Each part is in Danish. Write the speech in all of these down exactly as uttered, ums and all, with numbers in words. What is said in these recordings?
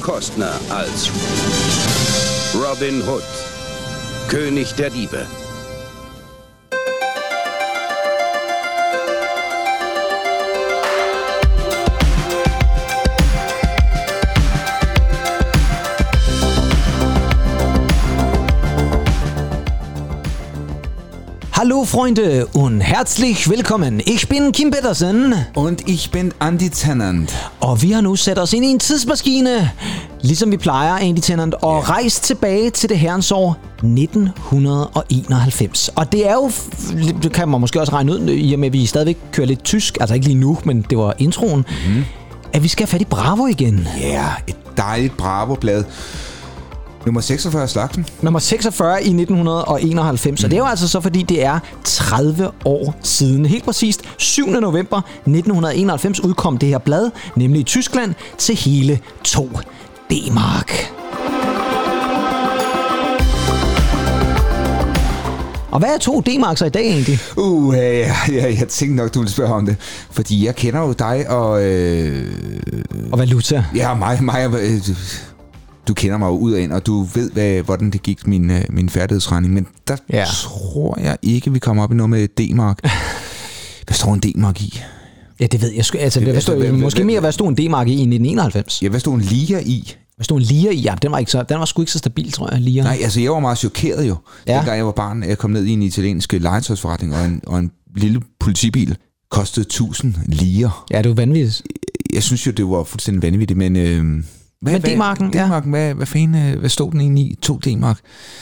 Costner als Robin Hood, König der Diebe. Hallo Freunde und herzlich willkommen. Ich bin Kim Pedersen. Und ich bin Andy Tennant. Og vi har nu sat os ind i en tidsmaskine, ligesom vi plejer, Andy Tennant, og yeah. rejst tilbage til det herrens år nitten enoghalvfems. Og det er jo, det kan man måske også regne ud, i og med at vi stadigvæk kører lidt tysk, altså ikke lige nu, men det var introen, mm-hmm. at vi skal have fat i Bravo igen. Ja, yeah, et dejligt Bravo-blad. Nummer seksogfyrre af slagsen. Nummer seksogfyrre i nitten enoghalvfems. Mm. Og det er jo altså så, fordi det er tredive år siden. Helt præcist syvende november nitten enoghalvfems udkom det her blad, nemlig i Tyskland, til hele to D-mark. Og hvad er to D-markser i dag egentlig? Uh, ja, ja, jeg tænkte nok, du ville spørge om det. Fordi jeg kender jo dig og... Øh, og valuta. Ja, mig, mig og... Øh, Du kender mig jo ud af ind, og du ved, hvad, hvordan det gik min, min færdighedsregning. Men der ja. tror jeg ikke, vi kommer op i noget med D-mark. Hvad står en D-mark i? Ja, det ved jeg sgu. Altså, hvad stod, hvad, måske hvad, mere, hvad stod en D-mark i i nitten enoghalvfems? Ja, hvad stod en lira i? Hvad stod en lira i? Ja, den var, ikke så, den var sgu ikke så stabil, tror jeg, lira. Nej, altså jeg var meget chokeret jo. Ja. Dengang jeg var barn, jeg kom ned i en italiensk legetøjsforretning, og en, og en lille politibil kostede tusind lira. Ja, det var vanvittigt. Jeg synes jo, det var fuldstændig vanvittigt, men... Øh, Hvad, Men D-marken, hvad, D-marken, ja. hvad, hvad fanden, hvad stod den egentlig i? To D-mark?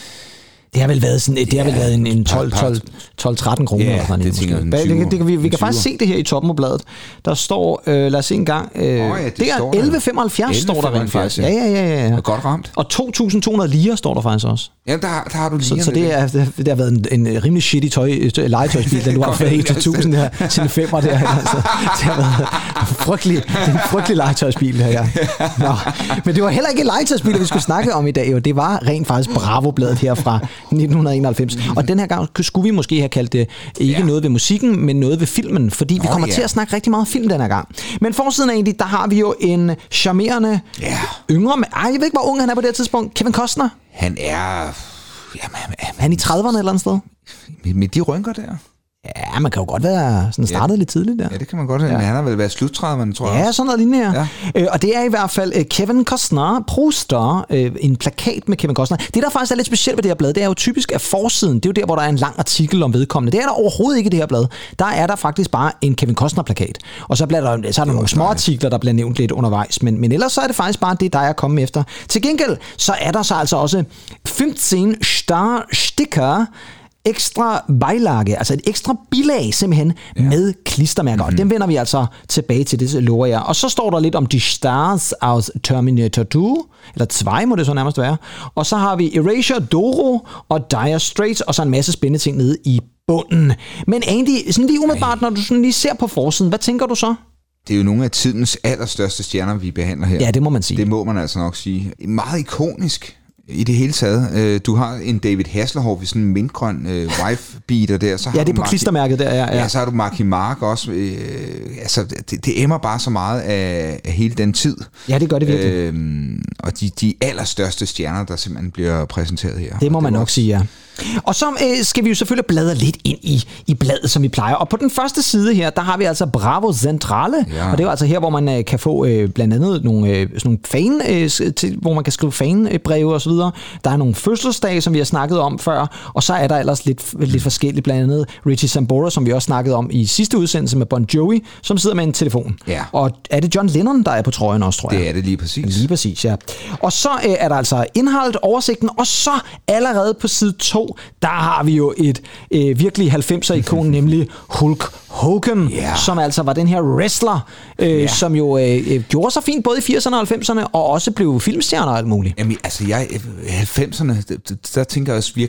Det har vel været sådan, det har vel været en, en tolv tretten kroner. Ja, eller det tænker jeg. Det, det, det, vi, vi kan faktisk se det her i toppen af bladet. Der står, øh, lad os se en gang, øh, oh, ja, det, det er elleve femoghalvfjerds står der rent faktisk. Ja, ja, ja, ja. Det er godt ramt. Og to tusind to hundrede lira står der faktisk også. Ja, der, der har du lige. Så, så det, er, det, det har været en, en rimelig shitty tøj, legetøjsbil, den du har fået til tusind her, til femmer der. Altså, det har været en frygtelig, en frygtelig legetøjsbil her. Ja. Nå. Men det var heller ikke legetøjsbil, vi skulle snakke om i dag. Jo. Det var rent faktisk Bravo-bladet her fra nitten enoghalvfems. Mm-hmm. Og den her gang skulle vi måske have kaldt det ikke ja. noget ved musikken, men noget ved filmen, fordi vi kommer oh, yeah. til at snakke rigtig meget film den her gang. Men forsiden af egentlig, der har vi jo en charmerende yeah. yngre, ej, jeg ved ikke, hvor ung han er på det her tidspunkt, Kevin Costner. Han er... Jamen, er han i trediverne eller andet sted? Med, med de rynker der? Ja, man kan jo godt være sådan startet ja. lidt tidligt der. Ja, det kan man godt have. Ja. Men han har vel været sluttrediverne, tror jeg. Ja, sådan noget lignende her. Ja. Øh, og det er i hvert fald uh, Kevin Costner poster, øh, en plakat med Kevin Costner. Det, der faktisk er lidt specielt ved det her blad, det er jo typisk af forsiden. Det er jo der, hvor der er en lang artikel om vedkommende. Det er der overhovedet ikke i det her blad. Der er der faktisk bare en Kevin Costner-plakat. Og så, bliver der, så er der nogle små artikler, der bliver nævnt lidt undervejs. Men, men ellers så er det faktisk bare det, der er kommet efter. Til gengæld, så er der så altså også femten star sticker ekstra bejlage, altså et ekstra bilag simpelthen ja. med klistermærker. Mm-hmm. Og dem vender vi altså tilbage til, det lover jeg. Og så står der lidt om de stars aus Terminator to, eller to må det så nærmest være. Og så har vi Erasure, Doro og Dire Straits, og så en masse spændende ting nede i bunden. Men Andy, sådan lige umiddelbart, når du sådan lige ser på forsiden, hvad tænker du så? Det er jo nogle af tidens allerstørste stjerner, vi behandler her. Ja, det må man sige. Det må man altså nok sige. Meget ikonisk. I det hele taget. Du har en David Hasselhoff i sådan en mintgrøn øh, wife-beater der. Så har ja, det er på Marky, klistermærket der, ja, ja. Ja, så har du Marky Mark også. Øh, altså, det, det emmer bare så meget af, af hele den tid. Ja, det gør det virkelig. Øh, og de, de allerstørste stjerner, der simpelthen bliver præsenteret her. Det må og man det nok også... sige, ja. Og så øh, skal vi jo selvfølgelig bladre lidt ind i, i bladet, som vi plejer. Og på den første side her, der har vi altså Bravo Centrale. Ja. Og det er jo altså her, hvor man øh, kan få øh, blandt andet nogle, øh, sådan nogle fan, øh, til, hvor man kan skrive fanbreve og så videre. Der er nogle fødselsdage, som vi har snakket om før. Og så er der ellers lidt, lidt forskelligt, blandt andet Richie Sambora, som vi også snakkede om i sidste udsendelse med Bon Jovi, som sidder med en telefon. Ja. Og er det John Lennon, der er på trøjen også, tror jeg? Det er det lige præcis. Lige præcis, ja. Og så øh, er der altså indholdet, oversigten, og så allerede på side to, der har vi jo et øh, virkelig halvfemser-ikon, nemlig Hulk Hogan, yeah. som altså var den her wrestler, øh, yeah. som jo øh, gjorde sig fint både i firserne og halvfemserne, og også blev filmstjerner og alt muligt. Jamen, altså, jeg, halvfemserne, der, der tænker jeg også virkelig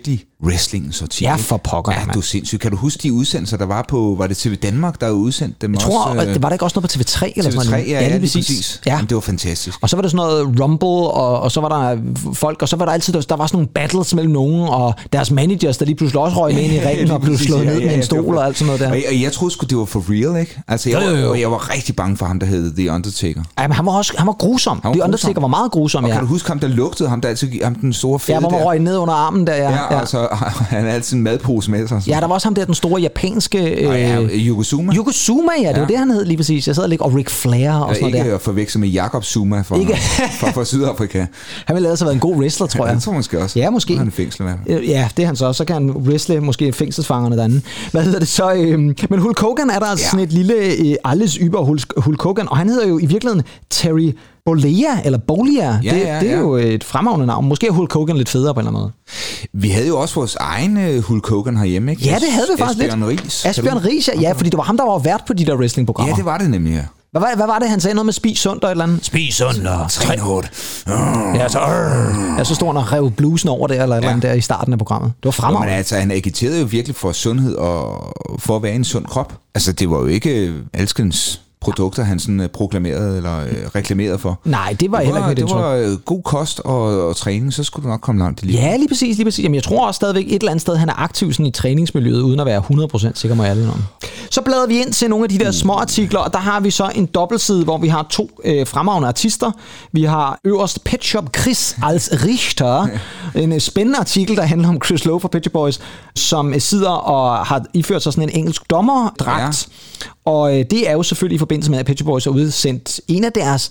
wrestlingens årti. Ja, for pokker. Ja, du er sindssygt. Kan du huske de udsendelser, der var på, var det T V Danmark, der udsendt dem jeg også? Jeg tror, øh, det var der ikke også noget på T V tre? Eller T V tre, sådan ja, ja, ja, præcis. præcis. Ja. Jamen, det var fantastisk. Og så var der sådan noget Rumble, og, og så var der folk, og så var der altid, der, der var sådan nogle battles mellem nogen, og deres managers, der lige pludselig også røg ind i ringen, og blev slået ned ja, ja, med en stol og alt sådan noget der. Og jeg, og jeg troede sgu, det var for real, ikke? Altså, jeg, var, og jeg var rigtig bange for ham, der hed The Undertaker. Ja, men han var også han var grusom. Han var The Undertaker grusom. var meget grusom, og ja. kan du huske ham, der lugtede ham, der altid ham den store fede der? Ja, hvor man røg ned under armen der, ja. Ja, ja. Altså, han havde altid en madpose med sig. Ja, der var også ham der, den store japanske... Øh, ja, Yokozuna. Yokozuna, ja, det var ja. det, han hed lige præcis. Jeg sad og ligge, og Ric Flair og sådan noget der. Ikke at forveksle med Jakob Zuma fra, fra, fra Sydafrika. Han ville altså have været en god wrestler, tror jeg. Ja, det tror jeg måske også. Ja, måske. Han er fængsel med. Ja, det er han så. Så kan han wrestle måske fængselsfangerne derinde. Hvad hedder det så? Øhm, men Hulk Hogan er der altså ja. sådan et lille øh, alles yber Hulk Hogan, og han hedder jo i virkeligheden Terry Bollea, eller Bollea. Ja, det, ja, det er ja. jo et fremragende navn. Måske er Hulk Hogan lidt federe på en eller anden måde. Vi havde jo også vores egen Hulk Hogan herhjemme, ikke? Ja, det havde vi faktisk Asbjørn lidt. Ries. Asbjørn Ries, ja. ja, fordi det var ham, der var vært på de der wrestlingprogrammer. Ja, det var det nemlig, ja. Hvad var, hvad var det, han sagde? Noget med spis sundt og et eller andet? Spis sundt og træn hårdt. Ja, så, øh. ja, så stod han og rev blusen over det, eller et eller andet der i starten af programmet. Det var fremragende. Men altså, han agiterede jo virkelig for sundhed og for at være en sund krop. Altså, det var jo ikke alskens produkter, han sådan proklamerede eller øh, reklamerede for. Nej, det var det heller ikke det. Det var øh, god kost og, og træning, så skulle du nok komme langt i livet. Ja, lige præcis, lige præcis. Jamen, jeg tror også stadigvæk et eller andet sted, han er aktiv sådan i træningsmiljøet, uden at være hundrede procent sikker med alle om. Så bladrer vi ind til nogle af de der små artikler, og der har vi så en dobbeltside, hvor vi har to øh, fremragende artister. Vi har øverst Pet Shop Chris als Richter, en øh, spændende artikel, der handler om Chris Lowe fra Pet Shop Boys, som øh, sidder og har iført sig sådan en engelsk dommerdragt. Ja. Og øh, det er jo selvfølgelig i forbindelse med, at Pet Shop Boys har udsendt en af deres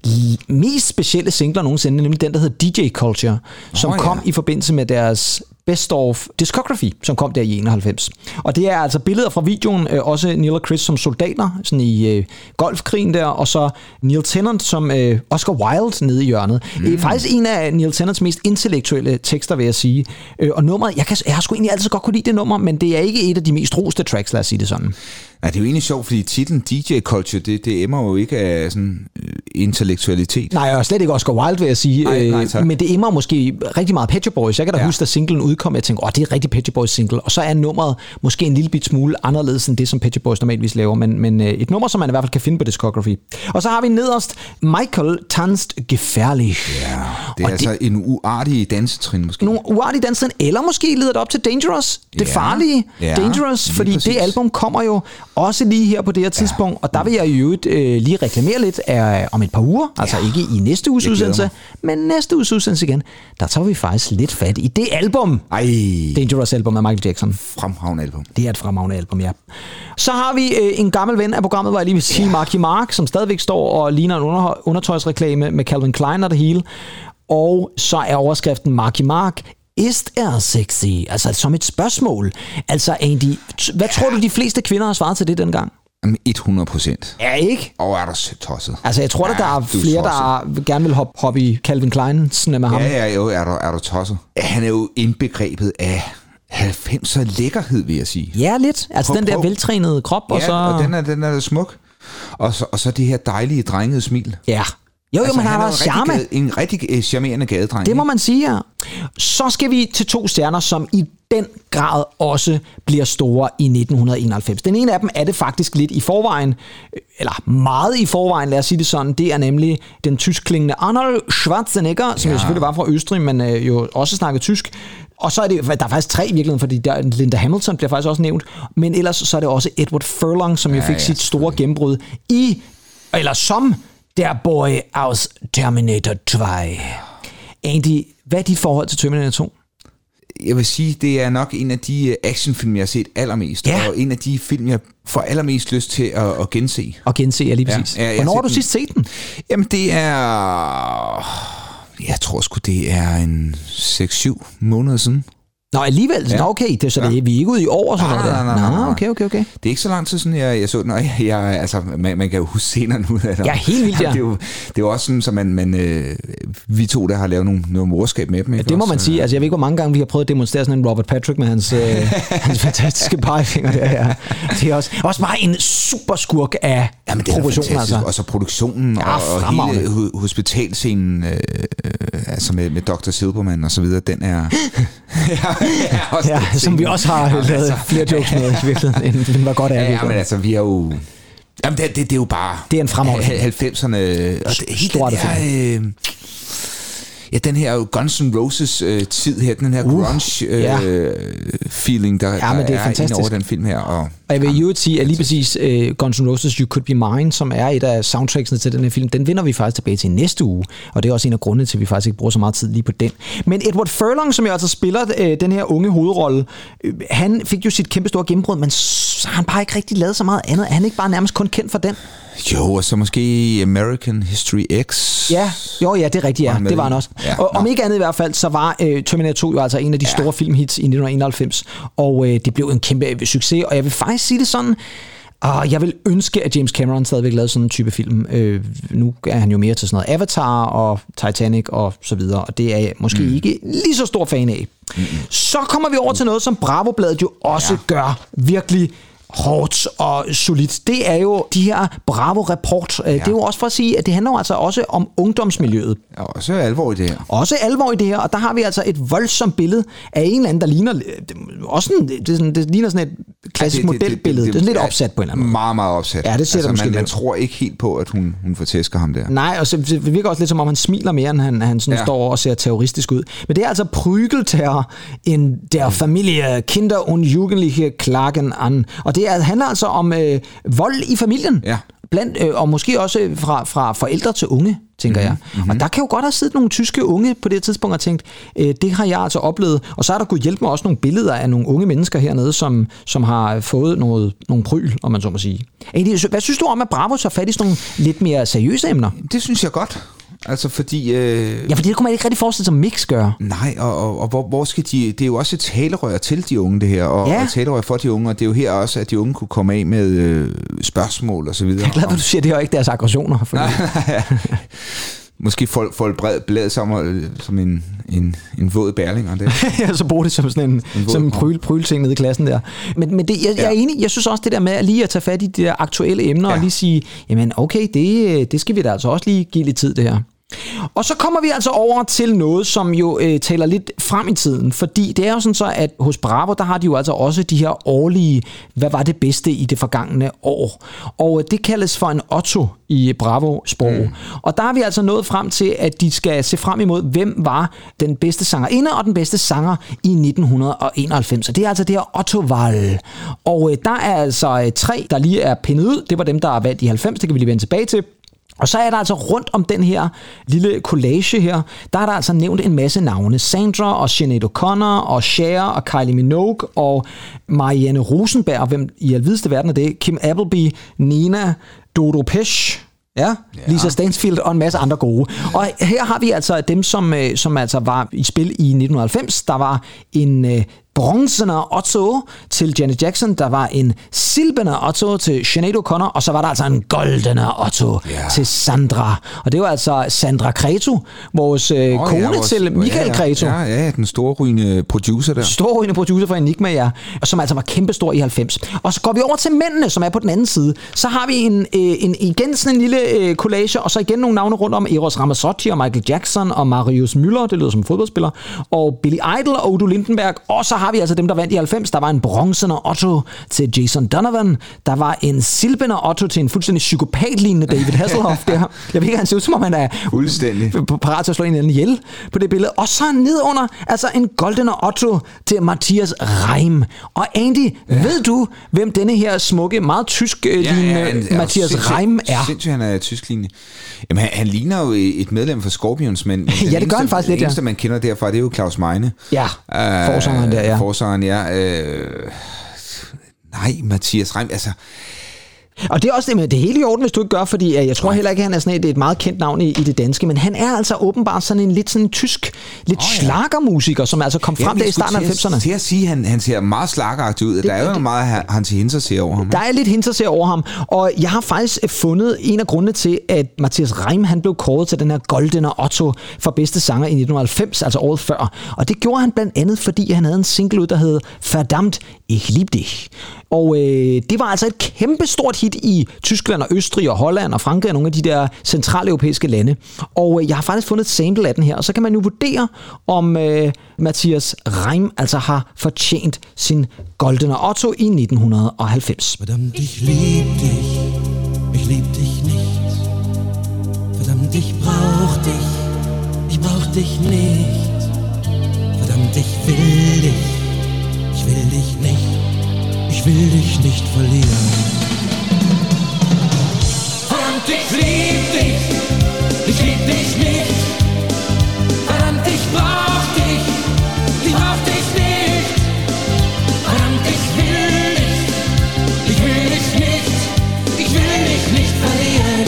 mest specielle singler nogensinde, nemlig den, der hedder D J Culture, som oh, ja. kom i forbindelse med deres Best of Discography, som kom der i enoghalvfems. Og det er altså billeder fra videoen, øh, også Neil og Chris som soldater, sådan i øh, golfkrigen der, og så Neil Tennant som øh, Oscar Wilde nede i hjørnet. Mm. Det er faktisk en af Neil Tennants mest intellektuelle tekster, vil jeg sige. Øh, og nummeret, jeg, kan, jeg har sgu egentlig altid godt kunne lide det nummer, men det er ikke et af de mest roste tracks, lad os sige det sådan. Nej, det er jo egentlig sjovt, fordi titlen D J Culture, det, det emmer jo ikke af sådan øh, intellektualitet. Nej, og slet ikke Oscar Wilde, vil jeg sige. Nej, nej, øh, men det emmer måske rigtig meget Pet Shop Boys. Jeg kan da ja. huske, da singlen udkom, jeg tænkte, åh, det er rigtig Pet Shop Boys single. Og så er nummeret måske en lille bit smule anderledes end det, som Pet Shop Boys normalvis laver. Men, men øh, et nummer, som man i hvert fald kan finde på Discography. Og så har vi nederst Michael Tanzt Gefährlich. Ja, det er og altså det, en uartig dansetrin måske. Nogle uartige dansetrin, eller måske leder det op til Dangerous. Det ja. farlige ja, Dangerous, fordi præcis. det album kommer jo også lige her på det her tidspunkt, ja. og der vil jeg jo øh, lige reklamere lidt af, om et par uger, altså ja. ikke i næste uges udsendelse, men næste uges udsendelse igen, der tager vi faktisk lidt fat i det album. Ej. Dangerous album af Michael Jackson. Fremragende album. Det er et fremragende album, ja. Så har vi øh, en gammel ven af programmet, hvor jeg lige vil sige ja. Marky Mark, som stadigvæk står og ligner en under, undertøjsreklame med Calvin Klein og det hele. Og så er overskriften Marky Mark, Ist er sexy? Altså som et spørgsmål. Altså Andy, hvad tror du de fleste kvinder har svaret til det dengang? hundrede procent. Ja, ikke? Og er der så tosset. Altså jeg tror, ja, der er flere, der gerne vil hoppe, hoppe i Calvin Klein sådan med ham. Ja, ja, jo, er der, er der tosset. Han er jo indbegrebet af halvfemser lækkerhed, vil jeg sige. Ja, lidt. Altså prøv, den der prøv. veltrænede krop. Ja, og så... og den er, den er smuk. Og så, og så det her dejlige drengede smil. Ja. Jo, jo, altså, men han har charme. Gade, en rigtig charmerende gadedreng. Det må man sige, ja. Så skal vi til to stjerner, som i den grad også bliver store i nitten enoghalvfems. Den ene af dem er det faktisk lidt i forvejen, eller meget i forvejen, lad os sige det sådan. Det er nemlig den tyskklingende Arnold Schwarzenegger, som ja. jo selvfølgelig var fra Østrig, men øh, jo også snakkede tysk. Og så er det, der er faktisk tre i virkeligheden, fordi der, Linda Hamilton bliver faktisk også nævnt. Men ellers så er det også Edward Furlong, som ja, jo fik ja, sit store gennembrud i, eller som Der Boy aus Terminator to. Andy, hvad er dit forhold til Terminator to? Jeg vil sige, det er nok en af de actionfilm, jeg har set allermest. Ja. Og en af de film, jeg får allermest lyst til at, at gense. Og gense, ja, lige præcis. Ja, hvornår har du den sidst set den? Jamen, det er... Jeg tror sgu, det er en seks syv måneder siden. Nå, alligevel. Ja. Nå, okay. Det er så, det, ja. vi er ikke ude i år og sådan nej, noget. Nej, nej, nej, nej. Nå, okay, okay, okay. Det er ikke så lang tid siden, jeg, jeg så den. Nej, jeg, altså, man, man kan jo huske scenerne ud af det. Ja, helt vildt, ja. Det er jo, det er jo også sådan, at man, man, øh, vi to, der har lavet nogle, noget morskab med dem. Ja, det må man sige. Altså, jeg ved ikke, hvor mange gange vi har prøvet at demonstrere sådan en Robert Patrick med hans, øh, hans fantastiske pegefinger der. Ja. Det er også, også bare en super skurk af, Jamen, det er fantastisk. Altså. Og så produktionen ja, og, og hele hospitalscenen, øh, altså med, med doktor Silberman og så videre, den er... ja, ja, ja, som vi også har lavet altså, flere jokes med i virkeligheden, end den var godt af. Ja, ja, men altså, vi er jo... Jamen, det, det, det er jo bare... Det er en fremragende halvfemserne... Og det, Stort der, øh, ja, den her Guns N' Roses øh, tid her, den her grunge øh, ja. feeling, der, ja, men det er, er inde over den film her. Og, og jeg vil jo sige, at lige præcis uh, Guns N' Roses You Could Be Mine, som er et af soundtracksene til den her film, den vender vi faktisk tilbage til næste uge, og det er også en af grundene til, at vi faktisk ikke bruger så meget tid lige på den. Men Edward Furlong, som jo altså spiller uh, den her unge hovedrolle, uh, han fik jo sit kæmpe store gennembrud, men så har han bare ikke rigtig lavet så meget andet. Er han ikke bare nærmest kun kendt for den? Jo, og så måske American History X. Ja, jo, ja, det er rigtigt, ja. Det var han også. Ja, og om ikke andet i hvert fald, så var uh, Terminator to jo altså en af de ja. store filmhits i nitten enoghalvfems, og uh, det blev en kæmpe succes, og jeg vil faktisk sige det sådan, og jeg vil ønske, at James Cameron stadigvæk lavede sådan en type film. Uh, nu er han jo mere til sådan noget Avatar og Titanic og så videre, og det er jeg måske mm. ikke lige så stor fan af. Mm-hmm. Så kommer vi over til noget, som Bravo-bladet jo også ja. gør virkelig hårdt og solidt. Det er jo de her Bravo-report. Ja. Det er jo også for at sige, at det handler altså også om ungdomsmiljøet. Ja, også alvor i det her. Også alvor i det her, og der har vi altså et voldsomt billede af en eller anden, der ligner også en, det, er sådan, det ligner sådan et klassisk ja, det, modelbillede. Det, det, det, det, det er sådan lidt opsat på en eller anden måde. Meget, meget opsat. Ja, det ser altså, måske man, man tror ikke helt på, at hun, hun fortæsker ham der. Nej, og så, det virker også lidt som om, han smiler mere, end han, han sådan ja. står og ser terroristisk ud. Men det er altså Prügelterror in der Familie, Kinder und Jugendliche klagen an. Og det er, handler altså om øh, vold i familien. Ja. Blandt, øh, og måske også fra, fra forældre til unge, tænker mm-hmm. jeg. Mm-hmm. Og der kan jo godt have siddet nogle tyske unge på det tidspunkt og tænkt, øh, det har jeg altså oplevet. Og så er der kunne hjælpe mig også nogle billeder af nogle unge mennesker hernede, som, som har fået noget, nogle pryl, om man så må sige. Hvad synes du om, at Bravo så fat i sådan nogle lidt mere seriøse emner? Det synes jeg godt. Altså fordi... Øh... Ja, fordi det kunne man ikke rigtig forestille sig, Mix gør. Nej, og, og, og hvor, hvor skal de... Det er jo også et talerør til de unge, det her, og, ja. og et talerør for de unge, og det er jo her også, at de unge kunne komme af med øh, spørgsmål og så videre. Jeg er glad, at du siger, det er jo ikke deres aggressioner. Nej, nej, måske folk folk bred blad som, som en, en, en våd bærlinger der. Ja, så bruger det som sådan en, en som en pryl, prylting nede i klassen der. Men, men det, jeg, ja. jeg er enig, jeg synes også det der med lige at tage fat i de der aktuelle emner ja. og lige sige, jamen okay, det, det skal vi da altså også lige give lidt tid det her. Og så kommer vi altså over til noget, som jo øh, taler lidt frem i tiden, fordi det er jo sådan så, at hos Bravo, der har de jo altså også de her årlige, hvad var det bedste i det forgangne år? Og øh, det kaldes for en Otto i Bravo-sprog. Mm. Og der er vi altså nået frem til, at de skal se frem imod, hvem var den bedste sangerinde og den bedste sanger i nitten enoghalvfems. Og det er altså det her Otto-valg. Og øh, der er altså øh, tre, der lige er pindet ud. Det var dem, der er valgt i halvfems, det kan vi lige vende tilbage til. Og så er der altså rundt om den her lille collage her, der er der altså nævnt en masse navne. Sandra og Sinead O'Connor og Cher og Kylie Minogue og Marianne Rosenberg, og hvem i alvideste verden er det? Kim Appleby, Nina, Dodo Pesch, ja, ja. Lisa Stansfield og en masse andre gode. Og her har vi altså dem, som, som altså var i spil i nitten halvfems. Der var en bronzener Otto til Janet Jackson, der var en silberner Otto til Sinead O'Connor, og så var der altså en goldener Otto yeah. til Sandra. Og det var altså Sandra Cretu, vores øh, oh, kone ja, vores, til Michael ja, Cretu. Ja, ja, den store rygende producer der. Store rygende producer for Enigma, ja. Og som altså var kæmpestor i halvfems. Og så går vi over til mændene, som er på den anden side. Så har vi en, øh, en igen sådan en lille øh, collage, og så igen nogle navne rundt om Eros Ramazzotti og Michael Jackson og Marius Müller, det lyder som fodboldspiller, og Billy Idol og Udo Lindenberg, og så har vi altså dem, der vandt i halvfems. Der var en bronzener Otto til Jason Donovan. Der var en silberner Otto til en fuldstændig psykopat-lignende David Hasselhoff. Der. Jeg ved ikke, han ser ud som om, han er fuldstændig parat til at slå en eller anden ihjel på det billede. Og så nedunder, altså en goldener Otto til Mathias Reim. Og Andy, ja. ved du, hvem denne her smukke, meget tysk-lignende ja, ja, Mathias sindssygt, Reim er? Sindssygt, han er tysk-lignende. Jamen, han, han ligner jo et medlem for Scorpions, men ja, det gør han faktisk lidt, ja. Det eneste, man kender derfra, det er jo Claus Meine. Ja, uh, forsangeren der, ja. Forsangeren, ja. Øh, nej, Mathias Reim, altså... Og det er også det med det hele i orden, hvis du ikke gør, fordi jeg tror heller ikke, at han er sådan et, et meget kendt navn i, i det danske, men han er altså åbenbart sådan en lidt sådan tysk, lidt oh, ja. schlagermusiker, som altså kom frem der i starten af halvfemserne. Til at sige, han, han ser meget schlageragtig ud. Det, der er jo det, meget, han til hinter ser over ham. Der er lidt hinter ser over ham, og jeg har faktisk fundet en af grundene til, at Mathias Reim, han blev kåret til den her goldener Otto for bedste sanger i nitten halvfems, altså året før. Og det gjorde han blandt andet, fordi han havde en single ud, der hed Verdammt, ich lieb dich. Og øh, det var altså et kæmpestort hit i Tyskland og Østrig og Holland og Frankrig og nogle af de der centraleuropæiske lande. Og jeg har faktisk fundet et sample af den her, og så kan man jo vurdere, om øh, Matthias Reim altså har fortjent sin Goldene Otto i nitten halvfems. Verdammt, ich lieb dich, ich lieb dich nicht. Verdammt, ich brauch dich, ich brauch dich nicht. Verdammt, ich will dich, ich will dich nicht, ich will dich nicht verlieren. Verdammt, ich lieb dich, ich lieb dich nicht. Verdammt, ich brauch dich, ich brauch dich nicht. Verdammt, ich will dich, ich will dich nicht, ich will dich nicht verlieren.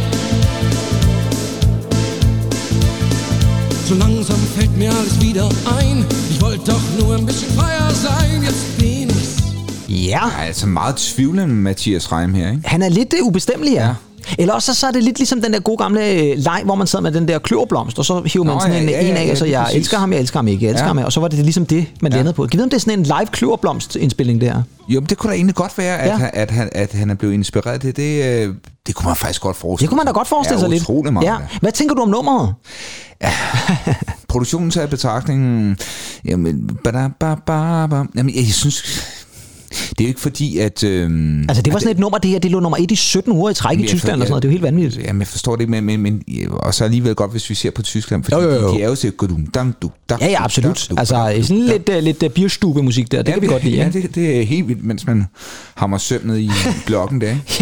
So langsam fällt mir alles wieder ein. Ich wollte doch nur ein bisschen freier sein. Jetzt bin ich's. Ja. Altså meget tvivlende Mathias Reim her, ikke? Han er lidt uh, ubestemmelig, ja. ja. Eller også så er det lidt ligesom den der gode gamle leg, hvor man sad med den der kløverblomst, og så hiver man Nå, sådan ja, en, ja, ja, en af, ja, og så jeg præcis. elsker ham, jeg elsker ham ikke, jeg elsker ja. ham, og så var det ligesom det, man ja. landede på. Kan vi vide, om det er sådan en live kløverblomst-indspilning der? Jo, men det kunne da egentlig godt være, at, ja. han, at, han, at han er blevet inspireret af det. Det, det kunne man faktisk godt forestille sig. Det kunne man da godt forestille ja, sig lidt. Utrolig meget. Ja. Hvad tænker du om nummeret? Ja. Produktionen tager i betragtning. Jamen, ba ba ba ba. Jamen, jeg synes... Det er jo ikke fordi, at... Øhm, altså, det var sådan et nummer, det her, det lå nummer et i sytten uger i træk i Tyskland jeg, og sådan noget. Det er jo helt vanvittigt. Jamen, jeg forstår det ikke, men, men, men og så alligevel godt, hvis vi ser på Tyskland, fordi jo, jo, jo. de er jo så... Ja, ja, absolut. Altså, sådan lidt, lidt bierstube-musik der, det ja, kan vi det, godt lide. Ja, det, det er helt vildt, mens man hammer sømmet i blokken der. Ja.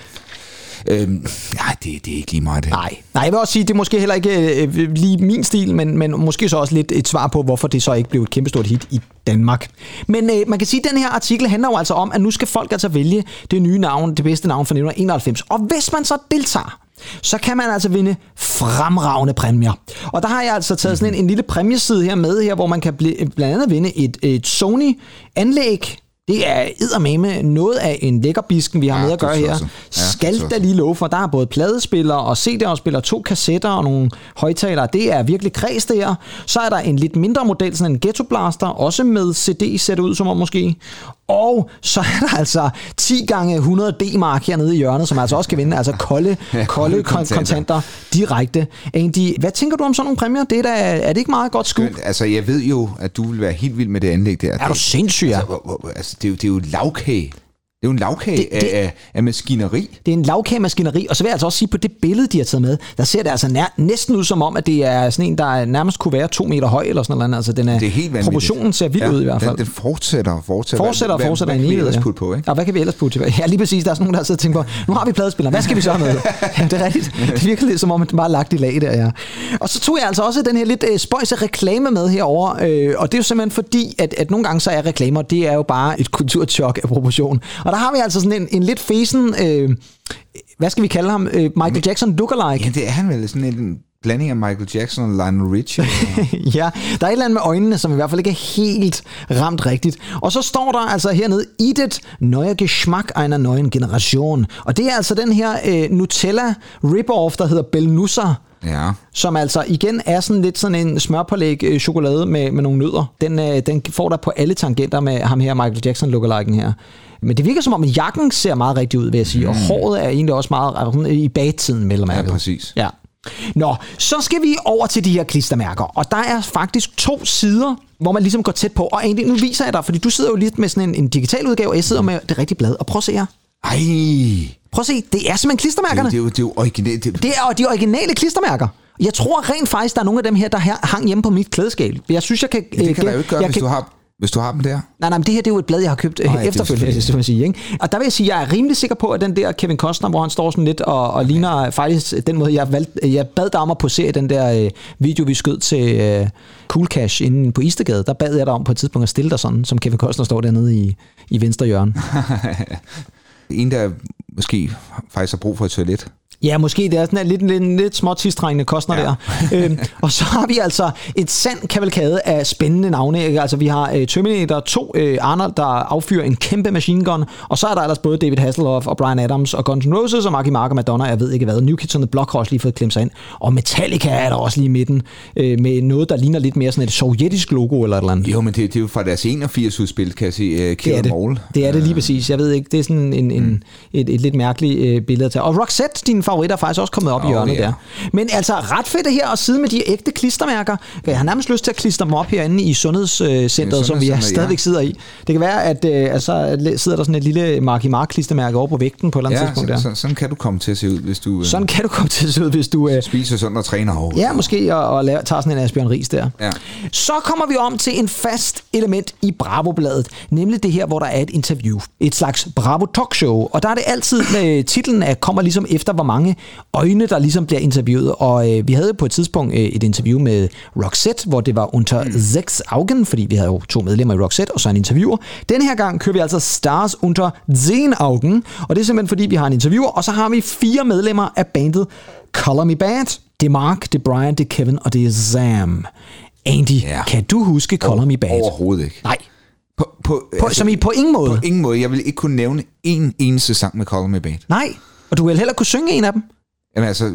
Øhm, nej, det, det er ikke lige meget det. Nej. Nej, jeg vil også sige, det er måske heller ikke øh, lige min stil, men, men måske så også lidt et svar på, hvorfor det så ikke blev et kæmpestort hit i Danmark. Men øh, man kan sige, at den her artikel handler jo altså om, at nu skal folk altså vælge det nye navn, det bedste navn fra nitten enoghalvfems. Og hvis man så deltager, så kan man altså vinde fremragende præmier. Og der har jeg altså taget sådan en, en lille præmieside her med, her, hvor man kan bl- blandt andet vinde et, et Sony-anlæg. Det er eddermame noget af en lækkerbisken, vi har ja, med at gøre her. Ja, Skal der lige love for, der er både pladespiller og C D-afspiller, to kassetter og nogle højtalere. Det er virkelig kreds det her. Så er der en lidt mindre model, sådan en Ghetto Blaster, også med C D sæt ud som om måske. Og så er der altså ti gange hundrede D-mark hernede i hjørnet, som altså også kan vinde, altså kolde, ja, kolde kontanter. kontanter direkte. Andy, hvad tænker du om sådan nogle præmier? Det er, da, er det ikke meget godt skud? Altså, jeg ved jo, at du vil være helt vild med det anlæg der. Er du sindssyg, ja? Altså, altså, det, er jo, det er jo lavkage. Det er jo en lavkage det, det, af, af maskineri. Det er en lavkage maskineri, og så vil jeg altså også sige, på det billede, de har taget med, der ser det altså nær, næsten ud som om, at det er sådan en, der nærmest kunne være to meter høj, eller sådan noget. Altså, den er, det er helt vanvittigt. Proportionen ser vild ja, ud i hvert fald. Den, den fortsætter og fortsætter. Fortsætter og fortsætter. Hvad, hvad, hvad kan vi ellers putte på, ikke? Ja, hvad kan vi ellers putte til? Ja, lige præcis. Der er sådan nogen, der sidder og tænker på, nu har vi pladespiller, hvad skal vi så med? Ja, det er rigtigt. Det virker lidt som om, at den bare er lagt i lag der, ja. Og så tog jeg altså også den her lidt øh, spøjse reklame med herover, øh, og det er jo simpelthen fordi, at, at nogle gange så er reklamer, det er jo bare et kulturchok af proportion. Og der har vi altså sådan en en lidt fesen, øh, hvad skal vi kalde ham? Øh, Michael Jackson lookalike. Ja, det er han vel, sådan en blanding af Michael Jackson og Lionel Richie. Ja, der er et eller andet med øjnene, som i hvert fald ikke er helt ramt rigtigt. Og så står der altså hernede, Eat neuer Geschmack einer neuen Generation. Og det er altså den her øh, Nutella rip-off, der hedder Belnusser. Ja. Som altså igen er sådan lidt sådan en smørpålæg øh, chokolade med, med nogle nødder. Den, øh, den får der på alle tangenter med ham her, Michael Jackson lookaliken her. Men det virker som om, at jakken ser meget rigtig ud, vil jeg sige. Mm. Og håret er egentlig også meget i bagtiden, mellem Ja, præcis. Ja. Nå, så skal vi over til de her klistermærker. Og der er faktisk to sider, hvor man ligesom går tæt på. Og egentlig, nu viser jeg dig, fordi du sidder jo lidt med sådan en, en digital udgave, og jeg sidder med det rigtige blad. Og prøv at se her. Ej. Prøv at se, det er simpelthen klistermærkerne. Det er jo, det er jo originale. Det... det er de originale klistermærker. Jeg tror rent faktisk, der er nogle af dem her, der her hang hjemme på mit klædeskab. Jeg synes, jeg kan... Ja, det kan øh, jeg jo ikke gøre, hvis kan... du har... Hvis du har dem der? Nej, nej, men det her det er jo et blad, jeg har købt Ej, efterfølgende, skal man sige. Ikke? Og der vil jeg sige, jeg er rimelig sikker på, at den der Kevin Costner, hvor han står sådan lidt og, og ligner faktisk den måde, jeg valgte, jeg bad dig om at posere den der øh, video, vi skød til øh, Cool Cash inde på Istergade. Der bad jeg dig om på et tidspunkt at stille dig sådan, som Kevin Costner står dernede i, i venstre hjørne. En, der måske faktisk har brug for et toilet. Ja, måske det er sådan en lidt, lidt, lidt små tidstrængende Costner ja. der. øhm, og så har vi altså et sand kavalkade af spændende navne. Altså vi har uh, Terminator to, uh, Arnold, der affyrer en kæmpe machine gun, og så er der ellers både David Hasselhoff og Bryan Adams og Guns N' Roses og Marky Mark og Madonna, jeg ved ikke hvad. New Kids on the Block har også lige fået klemt sig ind. Og Metallica er der også lige i midten, uh, med noget, der ligner lidt mere sådan et sovjetisk logo eller et eller andet. Jo, men det, det er jo fra deres enogfirs-udspil, kan jeg se. Uh, det er det. Mall. Det er det lige præcis. Jeg ved ikke, det er sådan en, en, mm. et, et lidt mærkeligt uh, billede at tage. Og Roxette, din favorit, er faktisk også kommet op oh, i hjørnet yeah. der. Men altså ret fedt det her at sidde med de ægte klistermærker. Jeg har nærmest lyst til at klistre dem op herinde i Sundhedscentret, ja, som vi stadigvæk sidder i. Det kan være, at øh, altså, sidder der sådan et lille Marky Mark klistermærke over på vægten på et eller andet ja, tidspunkt. Så, der. Så, sådan kan du komme til at se ud, hvis du... Øh, sådan kan du komme til at se ud, hvis du... Øh, spiser sådan og træner over. Ja, måske, og, og laver, tager sådan en Asbjørn Riis der. Ja. Så kommer vi om til en fast element i Bravo-bladet, nemlig det her, hvor der er et interview. Et slags Bravo-talkshow, og der er det altid med titlen, at kommer ligesom efter, hvor mange øjne, der ligesom bliver interviewet. Og øh, vi havde på et tidspunkt øh, et interview med Roxette, hvor det var unter mm. sechs Augen, fordi vi havde jo to medlemmer i Roxette, og så en interviewer. Den her gang kører vi altså Stars unter zehn Augen, og det er simpelthen fordi, vi har en interviewer, og så har vi fire medlemmer af bandet Color Me Bad. Det er Mark, det er Brian, det er Kevin, og det er Sam. Andy, ja. Kan du huske Color Me Bad? Overhovedet ikke. Nej. På, på, på, altså, som i på ingen måde? På ingen måde. Jeg vil ikke kunne nævne en eneste sang med Color Me Bad. Nej, og du vil heller kunne synge en af dem? Jamen altså...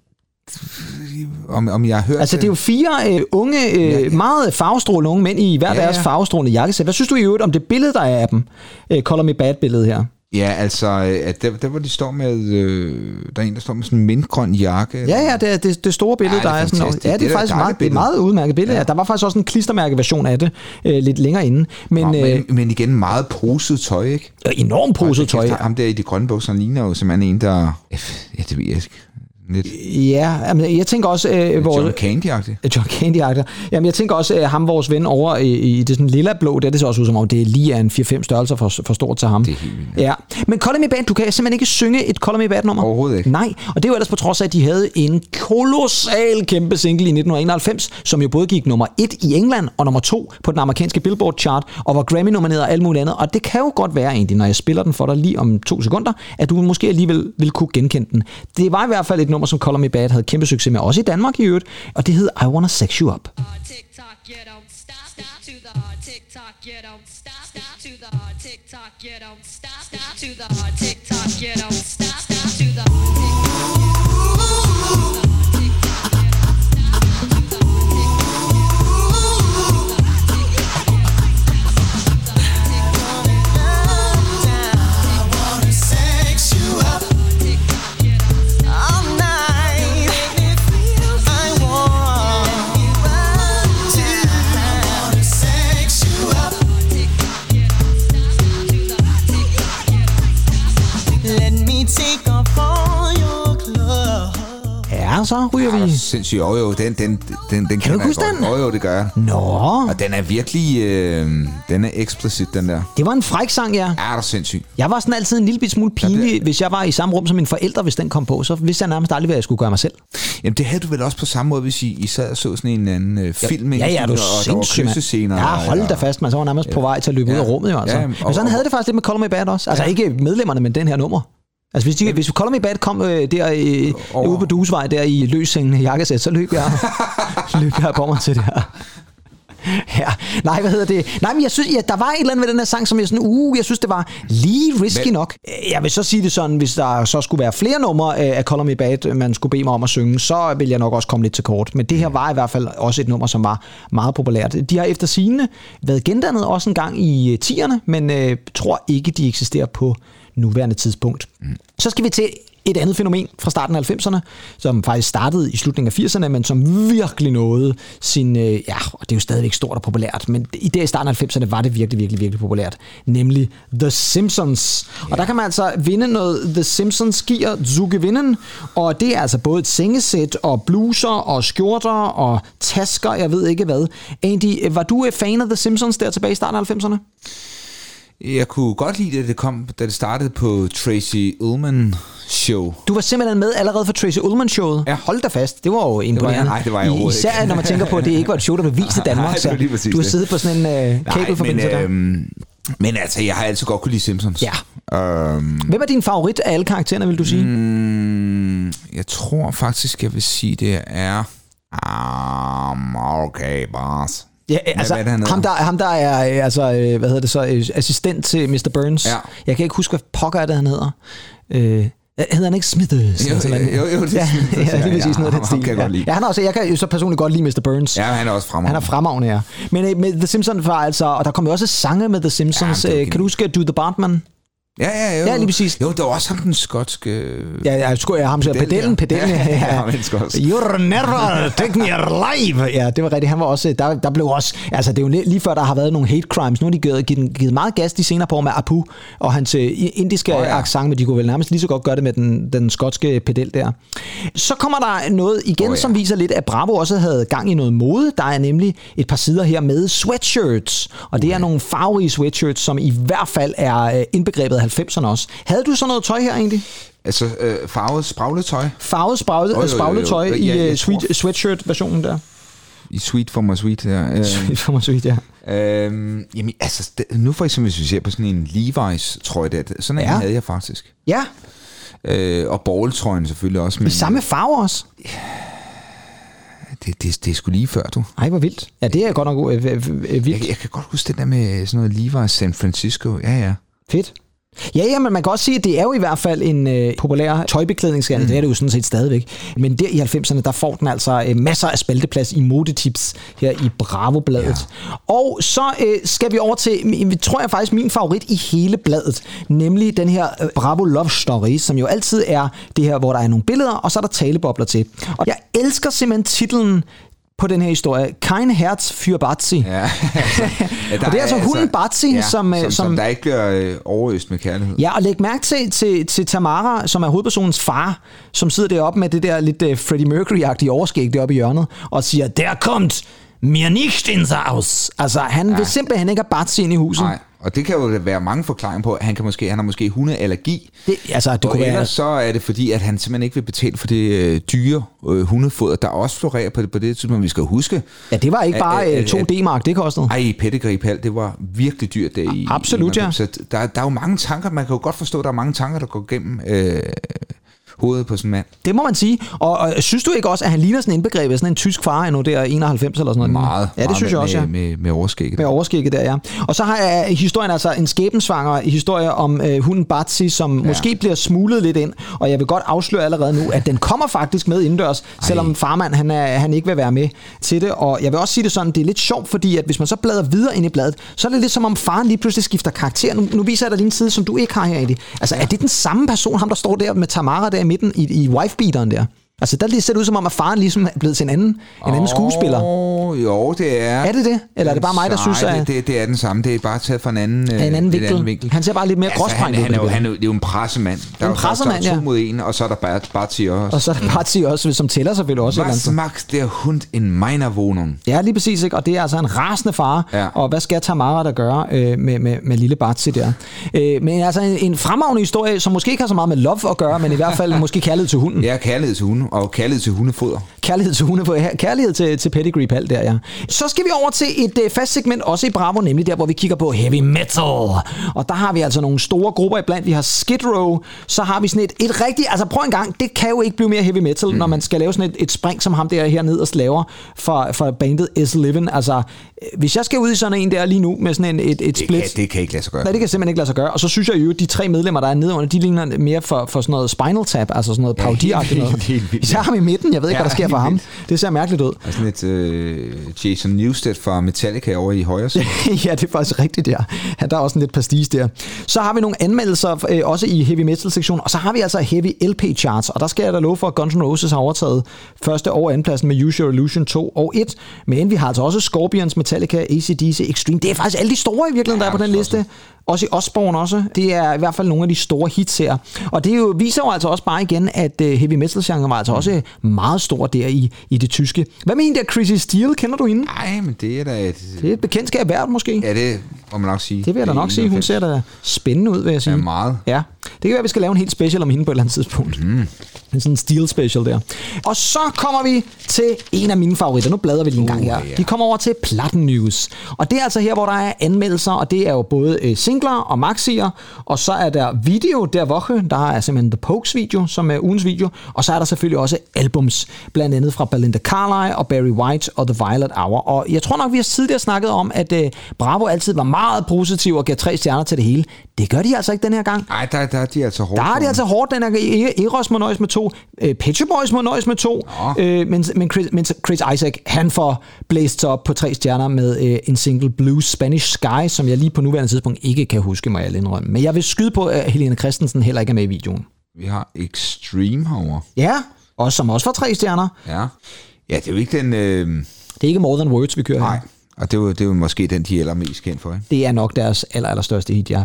Om, om jeg har hørt altså det er jo fire øh, unge, øh, ja, ja. meget farvestrålende unge mænd i hver ja, deres ja. farvestrålende jakkesæt. Hvad synes du i øvrigt om det billede, der er af dem? Øh, Color Me Bad-billedet her. Ja, altså, at der, der hvor de står med, øh, der er en, der står med sådan en mintgrøn jakke. Ja, ja, det er det, det store billede, ja, der er sådan noget. Ja, det, det er, er faktisk meget, billede. meget udmærket billede. Ja. Ja, der var faktisk også en klistermærkeversion af det øh, lidt længere inde. Men, Nå, øh, men, men igen, meget poset tøj, ikke? Enormt poset tøj. Ham der i de grønne bukser ligner jo simpelthen en, der... Ja, det ved jeg ikke. Lidt. Ja, jamen, jeg tænker også... Øh, vores, John Candy-agtig. John Candy-agtig. Jamen, jeg tænker også, øh, ham, vores ven over i, i det sådan lilla blå, det er det så også ud som om, det er lige en fire fem størrelser for, for stort til ham. Det er helt vildt. Ja. Men Color Me Bad, du kan simpelthen ikke synge et Color Me Bad-nummer. Overhovedet ikke. Nej, og det er jo ellers på trods af, at de havde en kolossal kæmpe single i nitten enoghalvfems, som jo både gik nummer et i England og nummer to på den amerikanske Billboard-chart, og var Grammy-nomineret og alt muligt andet. Og det kan jo godt være egentlig, når jeg spiller den for dig lige om to sekunder, at du måske alligevel vil kunne genkende den. Det var i hvert fald et nummer, som Color Me Bad havde kæmpe succes med, også i Danmark i øvrigt, og det hed I Wanna Sex You Up. Ja, så ryger ja, vi. Sindssygt. Jo, jo, den, den, den, den kan du huske den? Jo, jo, det gør jeg. Nå. Og den er virkelig, øh, den er eksplicit, den der. Det var en fræk sang, ja. Ja, det er sindssygt. Jeg var sådan altid en lille bit smule pinlig, ja, det... hvis jeg var i samme rum som mine forældre, hvis den kom på, så vidste jeg nærmest aldrig, hvad jeg skulle gøre mig selv. Jamen, det havde du vel også på samme måde, hvis I, I sad og så sådan en anden øh, film, ja, ja, ja, du er sindssygt, ja, hold da fast, man så var nærmest ja. på vej til at løbe ja. ud af rummet, jo, altså. Ja, og, Men sådan og, havde det faktisk lidt med Color Me Bad også. Altså ja. ikke medlemmerne, men den her nummer. Altså hvis, de, hvis Color Me Bad kom øh, der i, oh. ude på Duesvej, der i løshængende jakkesæt, så løb jeg, løb jeg på mig til det her. Ja, nej, hvad hedder det? Nej, men jeg synes, ja, der var et eller andet ved den her sang, som jeg sådan, uh, jeg synes, det var lige risky men... nok. Jeg vil så sige det sådan, hvis der så skulle være flere numre af Color Me Bad, man skulle bede mig om at synge, så vil jeg nok også komme lidt til kort. Men det her var i hvert fald også et nummer, som var meget populært. De har efter sigende været gendannet også en gang i tierne, men øh, tror ikke, de eksisterer på nuværende tidspunkt. Mm. Så skal vi til et andet fænomen fra starten af halvfemserne, som faktisk startede i slutningen af firserne, men som virkelig nåede sin, øh, ja, og det er jo stadigvæk stort og populært, men i det i starten af halvfemserne var det virkelig, virkelig, virkelig populært, nemlig The Simpsons. Yeah. Og der kan man altså vinde noget The Simpsons gear zu gewinnen, og det er altså både et sengesæt og bluser og skjorter og tasker, jeg ved ikke hvad. Andy, var du fan af The Simpsons der tilbage i starten af halvfemserne? Jeg kunne godt lide det, det kom, da det startede på Tracy Ullman Show. Du var simpelthen med allerede for Tracy Ullman Showet. Ja. Hold da fast. Det var jo imponerende. Nej, det var jeg overhovedet ikke. Især når man tænker på, at det ikke var et show, der blev vist i Danmark. Nej, det var lige præcis du har siddet på sådan en uh, kabelforbindelse men, der. Øhm, men altså, jeg har altid godt kunne lide Simpsons. Ja. Um, Hvem er din favorit af alle karaktererne, vil du sige? Mm, jeg tror faktisk, jeg vil sige, det er... Um, okay, boss. Ja, altså, hvad, hvad ham, der, ham der er, altså, hvad hedder det så, assistent til mister Burns. Ja. Jeg kan ikke huske, hvad pokker er det, han hedder. Øh, hedder han ikke Smithers? Jo, jo, jo, jo, det er ja, Smithers. Ja, det vil sige sådan noget ja, den stil. Kan ja. Ja, han er også, jeg kan jo så personligt godt lide mister Burns. Ja, han er også fremragende. Han er fremragende, ja. Men øh, med The Simpsons var altså, og der kom jo også sange med The Simpsons. Ja, kan du huske Do the Bartman? Ja, ja, jo. Ja, lige præcis. Jo, der var også ham den skotske... Ja, jeg skulle jeg ham så pedellen, pedellen. Ja, ja, ja, You're never take me alive. Ja, det var rigtigt. Han var også, der, der blev også, altså det er jo lige før, der har været nogle hate crimes. Nu har de givet, givet, givet meget gas de senere på med Apu og hans indiske oh, ja. accent, men de kunne vel nærmest lige så godt gøre det med den, den skotske pedel der. Så kommer der noget igen, oh, ja. som viser lidt, at Bravo også havde gang i noget mode. Der er nemlig et par sider her med sweatshirts, og det er nogle farverige sweatshirts, som i hvert fald er indbegrebet af halvfemserne også. Havde du så noget tøj her egentlig? Altså øh, farvet spragletøj? Farvet spraglet, spragletøj i ja, uh, sweet, sweatshirt-versionen der. I Sweet for my sweet, ja. Øh, sweet for my sweet, ja. Øh, jamen, altså, det, nu for eksempel, hvis vi ser på sådan en Levi's trøje, der, sådan en ja. havde jeg faktisk. Ja. Øh, og bowltrøjen selvfølgelig også. Men, I samme farve også? Det, det, det er sgu lige før, du. Ej, hvor vildt. Ja, det er godt nok øh, vildt. Jeg, jeg kan godt huske det der med sådan noget Levi's San Francisco. Ja, ja. Fedt. Ja, ja, men man kan også sige, at det er jo i hvert fald en øh, populær tøjbeklædningsskande. Mm. Det er det jo sådan set stadigvæk. Men der i halvfemserne, der får den altså øh, masser af spalteplads i modetips her i Bravo-bladet. Ja. Og så øh, skal vi over til, tror jeg faktisk, min favorit i hele bladet. Nemlig den her øh, Bravo Love Story, som jo altid er det her, hvor der er nogle billeder, og så er der talebobler til. Og jeg elsker simpelthen titlen på den her historie. Kein Herz für Batzi. Ja, altså, ja, og det er altså hunden altså, Batzi, ja, som, som, som, som der ikke bliver øh, overøst med kærlighed. Ja, og læg mærke til, til, til Tamara, som er hovedpersonens far, som sidder deroppe med det der lidt uh, Freddie Mercury-agtige overskæg deroppe i hjørnet, og siger, der kommt mir nicht ins Haus. Altså, han ja. vil simpelthen ikke have Batzi ind i huset. Nej. Og det kan jo være mange forklaringer på, at han, kan måske, han har måske hundeallergi. Det, altså, det og kunne ellers være... så er det fordi, at han simpelthen ikke vil betale for det øh, dyre øh, hundefoder, der også florerer på det, på det tidspunkt, vi skal huske. Ja, det var ikke bare at, at, to D-mark, det kostede. Ej, Pettegribe, det var virkelig dyrt der i... Absolut, i, ja. Så der, der er jo mange tanker, man kan jo godt forstå, at der er mange tanker, der går gennem... Øh, hovedet på sådan en mand. Det må man sige. Og, og synes du ikke også, at han ligner sådan en indbegreb af sådan en tysk far endnu der enoghalvfems eller sådan noget? Meget. Ja, det meget synes jeg med, også, ja. Med, med, med overskægget. Med overskægget der, ja. Og så har jeg historien altså en skæbensvanger historie om øh, hunden Batzi, som ja. måske bliver smuglet lidt ind. Og jeg vil godt afsløre allerede nu, at den kommer faktisk med indendørs, Ej. selvom farmand han, er, han ikke vil være med til det. Og jeg vil også sige det sådan, det er lidt sjovt, fordi at hvis man så bladrer videre ind i bladet, så er det lidt som om faren lige pludselig skifter karakter. Nu, nu viser jeg dig lige en side, som du ikke har her i det. Altså, ja. er det den samme person, ham der står der med Tamara der i midten i, i wife-beateren der? Altså, der ser det ud som om, at faren ligesom er blevet til en anden, en anden oh, skuespiller. Jo, det er... Er det det? Eller er det bare mig, der synes, at... Det, det, det er den samme. Det er bare taget fra en anden, ja, en anden, vinkel. anden vinkel. Han ser bare lidt mere altså, gråsprængt ud. Han, han, er jo, han er jo, det er jo en pressemand. Der en pressemand, ja. Der er to mod en, og så er der Batzi også. Og så er der Batzi også, som tæller selvfølgelig også. Was macht der Hund in meiner Wohnung? Ja, lige præcis, ikke? Og det er altså en rasende far. Ja. Og hvad skal Tamara der gøre øh, med, med, med lille Batzi der? Øh, men altså en, en fremragende historie, som måske ikke har så meget med love at gøre, men i hvert fald måske kærlighed til hunden. Ja, kærlighed til hunden, og kærlighed til hundefoder. Kærlighed til hundefoder. Kærlighed til, til pedigree pal der, ja. Så skal vi over til et øh, fast segment, også i Bravo, nemlig der, hvor vi kigger på heavy metal. Og der har vi altså nogle store grupper iblandt. Vi har Skid Row, så har vi sådan et, et rigtigt, altså prøv en gang, det kan jo ikke blive mere heavy metal, mm. når man skal lave sådan et, et spring, som ham der her nederst laver for, for bandet S elleve. Altså, hvis jeg skal ud i sådan en der lige nu med sådan en, et, et split... Det kan, det kan ikke lade sig gøre. Nej, det kan simpelthen ikke lade sig gøre. Og så synes jeg jo, de tre medlemmer, der er nede under, de ligner mere for, for sådan noget Spinal Tap, altså sådan noget parodiagtigt noget. Så har vi midten, jeg ved ikke, ja, hvad der sker for ham. Det ser mærkeligt ud. Og sådan et øh, Jason Newsted fra Metallica over i højre side. Ja, det er faktisk rigtigt, ja. Der er også en lidt pastis der. Så har vi nogle anmeldelser, øh, også i heavy metal-sektionen, og så har vi altså heavy L P charts, og der skal jeg da love for, at Guns N' Roses har overtaget første og andenpladsen med Use Your Illusion to og et, men vi har altså også Scorpions, Metallica, A C D C, Extreme. Det er faktisk alle de store i virkeligheden, ja, der er på den liste. Også i Osborne også. Det er i hvert fald nogle af de store hits her. Og det jo, viser jo altså også bare igen, at uh, heavy metal-genre var altså mm. også meget stor der i, i det tyske. Hvad med hende der Chrissy Steele? Kender du hende? Nej, men det er da et... Det er et bekendtskab værd, måske. Ja, det... må man nok sige. Det vil jeg da nok sige. Hun ser da spændende ud, vil jeg sige. Ja, meget. Ja, det kan være, at vi skal lave en helt special om hende på et eller andet tidspunkt. Mm. En sådan en Steel special der. Og så kommer vi til en af mine favoritter. Nu bladrer vi lige en gang her. Uh, yeah. De kommer over til Platten News. Og det er altså her, hvor der er anmeldelser, og det er jo både øh, singler og maxier, og så er der video der Woche, der er simpelthen The Pokes video, som er ugens video, og så er der selvfølgelig også albums, blandt andet fra Belinda Carlisle og Barry White og The Violet Hour. Og jeg tror nok, vi har tidligere snakket om, at øh, Bravo altid var meget positiv og gav tre stjerner til det hele. Det gør de altså ikke den her gang. Nej, der, der er de altså hårdt. Der er de altså hårdt. Den her Eros må nøjes med to. Øh, Pet Shop Boys må nøjes med to. Øh, men, men, Chris, men Chris Isaak, han får blæst op på tre stjerner med øh, en single Blue Spanish Sky, som jeg lige på nuværende tidspunkt ikke kan huske, må jeg indrømme. Men jeg vil skyde på, at Helene Christensen heller ikke er med i videoen. Vi har Extreme herovre. Ja, og som også får tre stjerner. Ja, ja det er jo ikke den... Øh... Det er ikke More Than Words, vi kører Nej, her. og det er, jo, det er jo måske den, de er allermest kendt for, ikke? Det er nok deres aller, allerstørste hit, ja.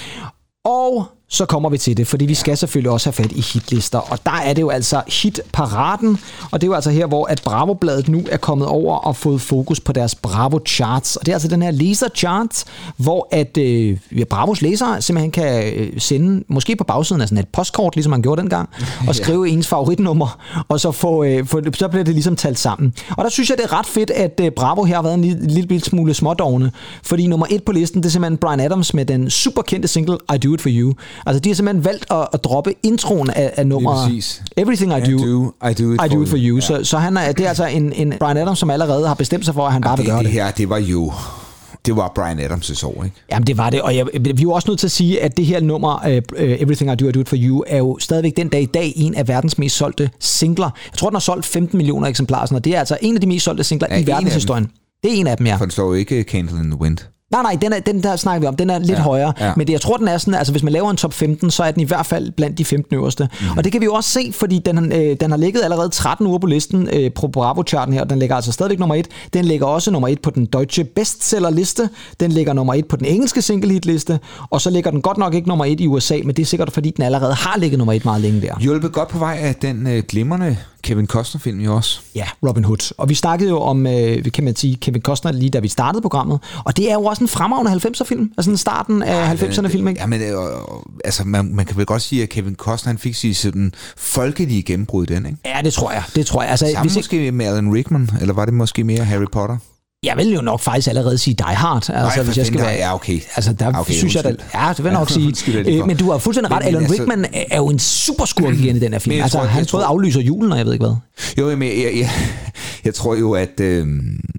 Og så kommer vi til det, fordi vi skal selvfølgelig også have fat i hitlister, og der er det jo altså hitparaden, og det er jo altså her, hvor at Bravo-bladet nu er kommet over og fået fokus på deres Bravo-charts, og det er altså den her læser-chart, hvor at øh, Bravos læsere simpelthen kan øh, sende, måske på bagsiden af sådan et postkort, ligesom man gjorde dengang, og skrive ja. ens favoritnummer, og så, få, øh, få, så bliver det ligesom talt sammen. Og der synes jeg, det er ret fedt, at øh, Bravo her har været en lille, lille smule smådovne, fordi nummer et på listen, det er simpelthen Bryan Adams med den superkendte single I Do It For You. Altså, de har simpelthen valgt at, at droppe introen af, af nummeret Everything I Do, I do, I do it, I do for it for You. you. Ja. Så, så han er, det er altså en, en Bryan Adams, som allerede har bestemt sig for, at han bare ja, vil det, gøre det. Det her, det var jo... Det var Bryan Adams' år, ikke? Jamen, det var det, og jeg, vi er jo også nødt til at sige, at det her nummer, uh, Everything I Do, I Do It For You, er jo stadigvæk den dag i dag en af verdens mest solgte singler. Jeg tror, den har solgt femten millioner eksemplarer, og det er altså en af de mest solgte singler ja, i verdenshistorien. Det er en af dem, ja. For den slår jo ikke Candle in the Wind. Nej, nej, den, er, den der snakker vi om, den er lidt ja, højere. Ja. Men det, jeg tror, den er sådan, altså hvis man laver en top femten, så er den i hvert fald blandt de femten øverste. Mm. Og det kan vi jo også se, fordi den, øh, den har ligget allerede tretten uger på listen øh, på Bravo-charten her. Den ligger altså stadigvæk nummer et. Den ligger også nummer et på den deutsche bestsellerliste. Den ligger nummer et på den engelske single-hit-liste. Og så ligger den godt nok ikke nummer et i U S A, men det er sikkert, fordi den allerede har ligget nummer et meget længe der. Hjulpet godt på vej af den øh, glimrende Kevin Costner-film jo også. Ja, Robin Hood. Og vi snakkede jo om, øh, kan man sige, Kevin Costner lige da vi startede programmet. Og det er jo også en fremragende halvfemser-film. Altså starten af ja, halvfemserne-film, ikke? Ja, men øh, altså, man, man kan vel godt sige, at Kevin Costner han fik sig sådan folkelige gennembrud i den, ikke? Ja, det tror jeg. Det tror jeg. Altså, Sammen hvis måske ikke... med Alan Rickman, eller var det måske mere Harry Potter? Jeg vil jo nok faktisk allerede sige Die Hard. Altså, nej, hvis jeg skal være, ja, okay. Altså, der okay, synes undskyld. jeg, da, ja, det vil jeg nok sige. Øh, men du har fuldstændig ret. Alan altså, Rickman er jo en superskurk igen i den her film. Altså, tror, han både aflyser julen, og jeg ved ikke hvad. Jo, men jeg, jeg, jeg, jeg tror jo, at... Øh,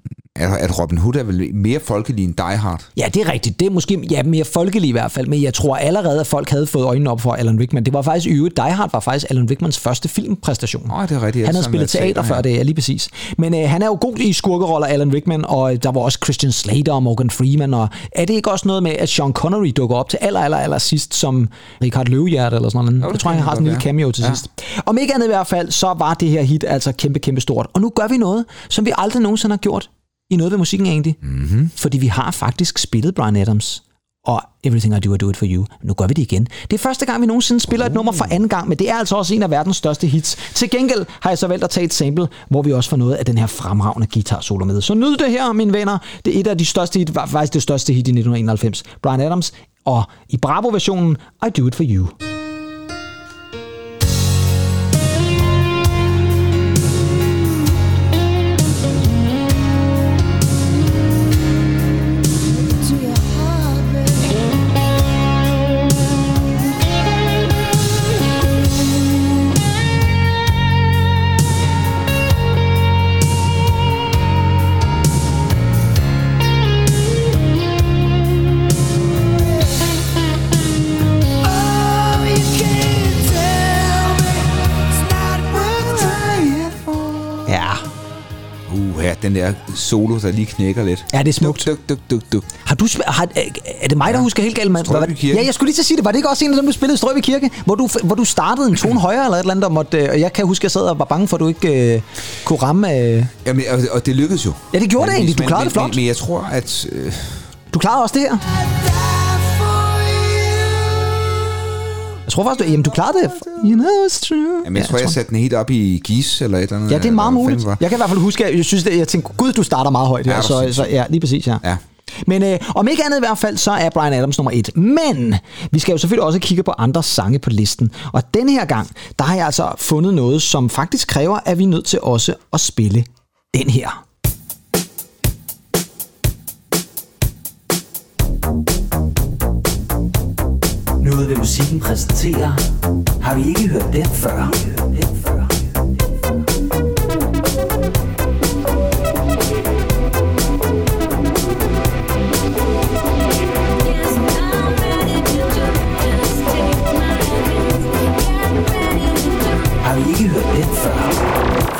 at Robin Hood er vel mere folkelig end Die Hard. Ja, det er rigtigt. Det er måske ja, mere folkelig i hvert fald, men jeg tror allerede, at folk havde fået øjnene op for Alan Rickman. Det var faktisk i øvrigt, Die Hard var faktisk Alan Rickmans første filmpræstation. Åh, det er rigtigt. Han havde spillet teater før det, ja, lige præcis. Men øh, han er jo god i skurkeroller, Alan Rickman, og der var også Christian Slater og Morgan Freeman, og er det ikke også noget med, at Sean Connery dukker op til aller, aller, aller sidst som Richard Løvehjerte eller sådan noget? Jo, jeg tror, han har sådan en lille cameo til ja. sidst. Om ikke andet i hvert fald, så var det her hit altså kæmpe, kæmpe stort. Og nu gør vi noget, som vi aldrig nogensinde har gjort i noget ved musikken egentlig. Mm-hmm. Fordi vi har faktisk spillet Bryan Adams og Everything I Do, I Do It For You. Nu gør vi det igen. Det er første gang, vi nogensinde spiller uh. et nummer for anden gang, men det er altså også en af verdens største hits. Til gengæld har jeg så valgt at tage et sample, hvor vi også får noget af den her fremragende guitar-solo med. Så nyd det her, mine venner. Det er et af de største hit, faktisk det største hit i nitten enoghalvfems. Bryan Adams, og i Bravo-versionen I Do It For You. Den der solo, der lige knækker lidt. Ja, det er smukt. Duk, duk, duk, duk. Har du sp- har, er det mig, der ja. husker helt galt, mand? Strøby Kirke. Ja, jeg skulle lige til at sige det. Var det ikke også en af dem, du spillede i Strøby Kirke? Hvor du, hvor du startede en tone højere eller et eller andet, der måtte, og jeg kan huske, at jeg sad og var bange for, at du ikke øh, kunne ramme... Øh... Jamen, og, og det lykkedes jo. Ja, det gjorde men, det egentlig. Du klarede men, det flot. Men, men jeg tror, at... Øh... Du klarede også det her. Jeg tror faktisk, du, jamen, du klarede det. You know it's true. Jamen, jeg ja, tror, jeg, jeg satte den helt op i Gis eller et eller andet. Ja, det er meget muligt. Jeg kan i hvert fald huske, at jeg synes, at jeg tænkte, gud, du starter meget højt her. Ja, så, så ja, lige præcis, ja. ja. Men øh, om ikke andet i hvert fald, så er Bryan Adams nummer et. Men vi skal jo selvfølgelig også kigge på andre sange på listen. Og denne her gang, der har jeg altså fundet noget, som faktisk kræver, at vi er nødt til også at spille den her. Noget ved musikken præsenterer. Har vi ikke hørt den før? Den før. Har vi ikke hørt den før?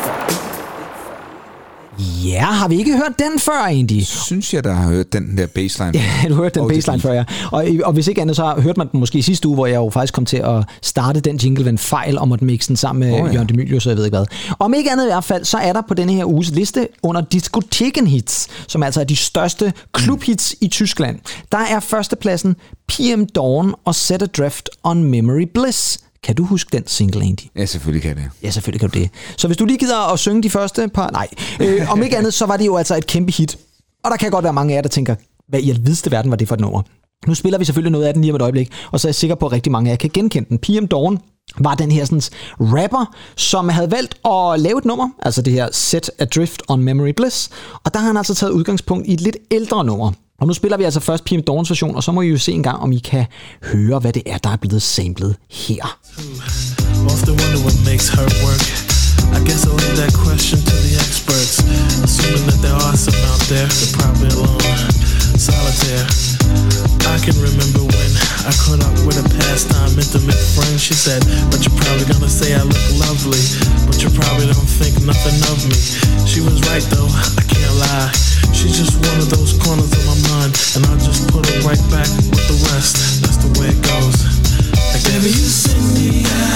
Ja, har vi ikke hørt den før egentlig? Synes jeg, der har hørt den der baseline. Ja, du har hørt den baseline før, ja. Og, og hvis ikke andet, så hørte man den måske i sidste uge, hvor jeg jo faktisk kom til at starte den jingle ved en fejl, om at mixe den sammen med oh, ja. Jørgen Demilius, så jeg ved ikke hvad. Om ikke andet i hvert fald, så er der på denne her uges liste under Diskotheken Hits, som altså er de største klubhits mm. i Tyskland. Der er førstepladsen P M Dawn og Set Adrift on Memory Bliss. Kan du huske den single egentlig? Ja, selvfølgelig kan det. Ja, selvfølgelig kan du det. Så hvis du lige gider at synge de første par... Nej, øh, om ikke andet, så var det jo altså et kæmpe hit. Og der kan godt være mange af jer, der tænker, hvad i alvideste verden var det for et nummer? Nu spiller vi selvfølgelig noget af den lige om et øjeblik, og så er jeg sikker på, at rigtig mange af jer kan genkende den. P M Dawn var den her sådan, rapper, som havde valgt at lave et nummer, altså det her Set Adrift on Memory Bliss, og der har han altså taget udgangspunkt i et lidt ældre nummer. Og nu spiller vi altså først P M Dawns version, og så må I jo se en gang, om I kan høre, hvad det er, der er blevet samlet her. Often wonder what makes her work. I guess I'll leave that question to the experts. Assuming that there are some out there, they're probably alone, solitaire. I can remember when I caught up with a pastime intimate friend. She said, but you're probably gonna say I look lovely, but you probably don't think nothing of me. She was right though, I can't lie. She's just one of those corners of my mind, and I'll just put it right back with the rest. That's the way it goes. Like, baby, you send me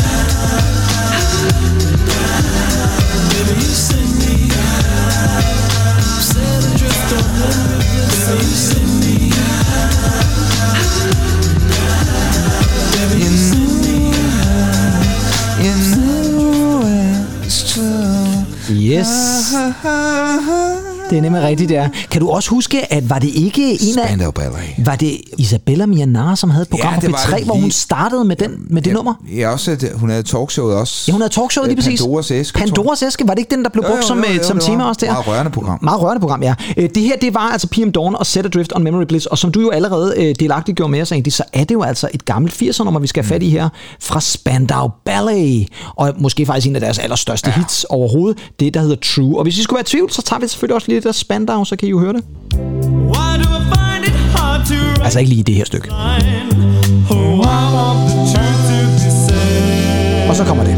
out. Baby, you send me out. Set adrift on memory bliss. Baby, you send me out. Baby, you send me out. You know it's true. Yes. Det er nemlig rigtigt, der. Kan du også huske, at var det ikke en af... Spandau Ballet. Var det Isabella Mianara, som havde et program ja, på P tre, lige... hvor hun startede med, den, med det ja, nummer? Ja, også, at hun havde talkshowet også. Ja, hun havde talkshowet lige præcis. Pandoras æske. Pandoras æske, var det ikke den, der blev brugt jo, jo, jo, jo, som, som tema også der? Meget rørende program. Meget rørende program, ja. Det her, det var altså P M Dawn og Set Adrift on Memory Bliss, og som du jo allerede delagtigt gjorde med os egentlig, så er det jo altså et gammelt firser-nummer, vi skal have fat i her, fra Spandau Ballet, og måske faktisk en af deres allerstørste ja. hits overhovedet, det der hedder True. Og hvis I skulle være i tvivl, så tager vi selvfølgelig også lidt af Spandau, så kan I jo høre det. Altså ikke lige det her stykke. Og så kommer det.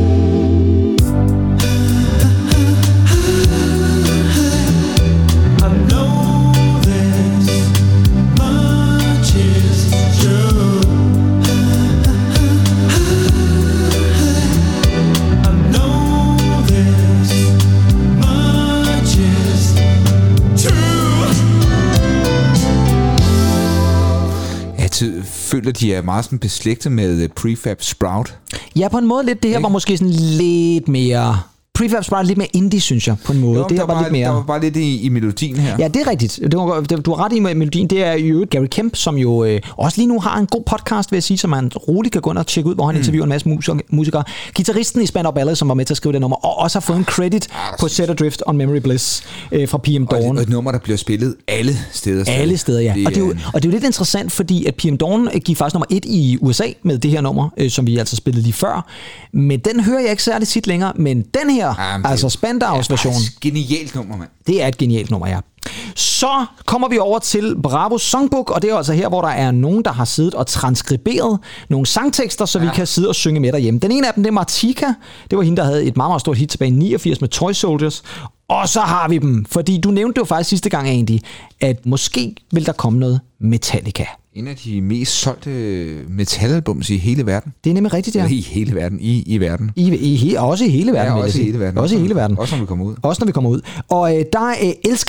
Føler, de er meget sådan beslægtet med Prefab Sprout. Ja, på en måde lidt. Det her var måske sådan lidt mere... Prefab Sprout lidt mere indie, synes jeg, på en måde. Jo, det her var, var lidt mere... Der var bare lidt i, i melodien her. Ja, det er rigtigt. Du har, du har ret i med melodien. Det er jo Gary Kemp, som jo øh, også lige nu har en god podcast, vil jeg sige, som man roligt kan gå ind og tjekke ud, hvor han mm. interviewer en masse musikere. Guitaristen i Spandau Ballet, som var med til at skrive det nummer, og også har fået en credit ah, på Set Adrift on Memory Bliss øh, fra P M Dawn. Og et nummer, der bliver spillet alle steder. Alle steder, ja. Det, og, det er jo, og det er jo lidt interessant, fordi at P M Dawn gik faktisk nummer et i U S A med det her nummer, øh, som vi altså spillede lige før. Men den hører jeg ikke særlig tit længere. Men den her, ah, altså Spandaus version. Genialt nummer, mand. Det er et genialt nummer, ja. Så kommer vi over til Bravo Songbook, og det er altså her, hvor der er nogen, der har siddet og transkriberet nogle sangtekster, så ja. vi kan sidde og synge med derhjemme. Den ene af dem, det er Martika. Det var hende, der havde et meget, meget stort hit tilbage i niogfirs med Toy Soldiers. Og så har vi dem, fordi du nævnte jo faktisk sidste gang, Andy, at måske vil der komme noget Metallica. En af de mest solgte metalalbums i hele verden. Det er nemlig rigtigt, ja. I hele verden. I, i verden. I, i, he, også i hele verden. Ja, også i hele verden. Også i hele verden. Også når vi kommer ud. Også når vi kommer ud. Og øh, der øh, elsker jeg jo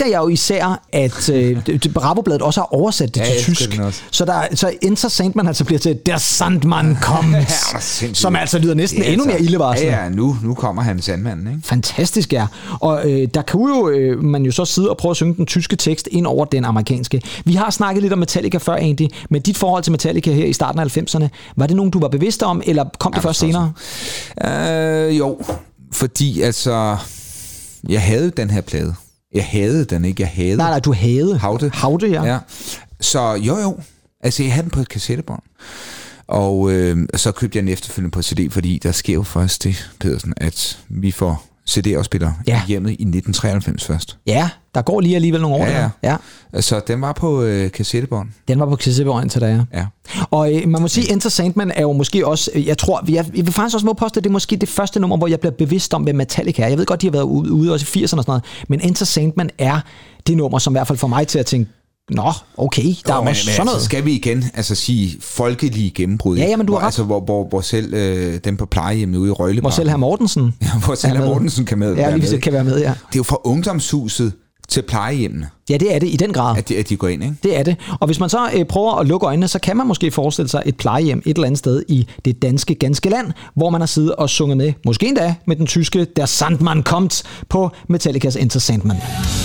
især, at øh, Bravo-bladet også har oversat det Ja, til jeg tysk. elsker den også. Så, der, så Enter Sandman altså bliver til Der Sandman kommt, sindssygt. som altså lyder næsten Ja, endnu mere altså, ildevarslende. Ja, ja, nu, nu kommer han Sandmanden, ikke? Fantastisk, ja. Og øh, der kunne jo øh, man jo så sidde og prøve at synge den tyske tekst ind over den amerikanske. Vi har snakket lidt om Metallica før, Andy, men dit forhold til Metallica her i starten af halvfemserne, var det nogen, du var bevidst om, eller kom det Ja, først senere? Øh, jo, fordi altså, jeg havde den her plade. Jeg havde den ikke, jeg havde. Nej, nej, du havde. Havde. Havde, ja. ja. Så jo, jo. Altså, jeg havde den på et kassettebånd. Og øh, så købte jeg den efterfølgende på C D, fordi der sker jo først det, Pedersen, at vi får C D-afspiller Ja. i hjemmet i nitten treoghalvfems først. Ja, der går lige alligevel nogle år Ja, der. ja. Ja. Så den var på øh, kassettebånd. Den var på kassettebånd til dig, ja. Ja. Og øh, man må sige, Enter Sandman er jo måske også, øh, jeg tror, jeg, jeg vil faktisk også må påstå, at det er måske det første nummer, hvor jeg bliver bevidst om, hvad Metallica er. Jeg ved godt, de har været ude, ude også i firserne og sådan noget, men Enter Sandman er det nummer, som i hvert fald får mig til at tænke, nå, okay, der Jo, er men, også men sådan noget. altså, skal vi igen altså sige folkelige gennembrud? Ja, ja, men du har hvor, ret. altså, hvor, hvor, hvor selv øh, dem på plejehjemmet ude i Røgleparken, Hvor selv hr. Mortensen, ja, hvor selv er hr. med. Mortensen kan med. ja, være lige med, så ikke? kan være med, ja. Det er jo fra ungdomshuset til plejehjemmene, Ja, det er det i den grad. at de, at de går ind, ikke? Det er det. Og hvis man så øh, prøver at lukke øjnene, så kan man måske forestille sig et plejehjem et eller andet sted i det danske ganske land, hvor man har siddet og sunget med, måske endda med den tyske Der Sandman kommt på Metallicas Enter Sandman.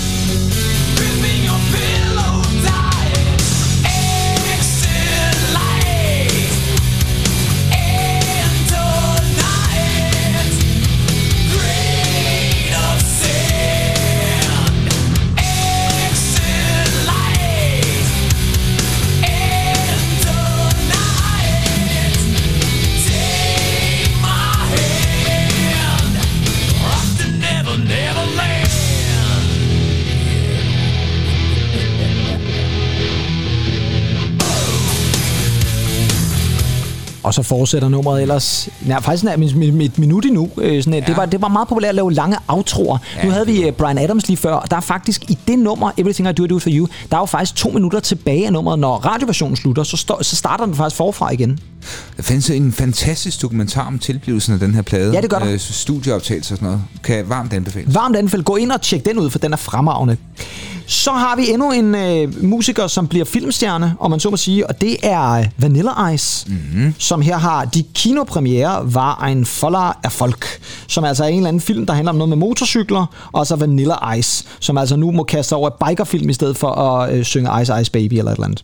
Og så fortsætter nummeret ellers, nej, faktisk nær et, et minut endnu. Øh, sådan, ja. det, var, det var meget populært at lave lange outroer. Ja, nu havde vi uh, Bryan Adams lige før, og der er faktisk i det nummer, Everything I Do, I Do It For You, der er jo faktisk to minutter tilbage af nummeret. Når radioversionen slutter, så, stå, så starter den faktisk forfra igen. Der findes en fantastisk dokumentar om tilblivelsen af den her plade. Ja, det gør der. Øh, studieoptagelser og sådan noget. Kan varmt anbefales. Varmt anbefale. Gå ind og tjek den ud, for den er fremragende. Så har vi endnu en øh, musiker, som bliver filmstjerne, om man så må sige, og det er Vanilla Ice, mm-hmm. som her har de kinopremiere var en Voller Erfolg, som altså er en eller anden film, der handler om noget med motorcykler, og så Vanilla Ice, som altså nu må kaste over et bikerfilm i stedet for at øh, synge Ice Ice Baby eller et eller andet.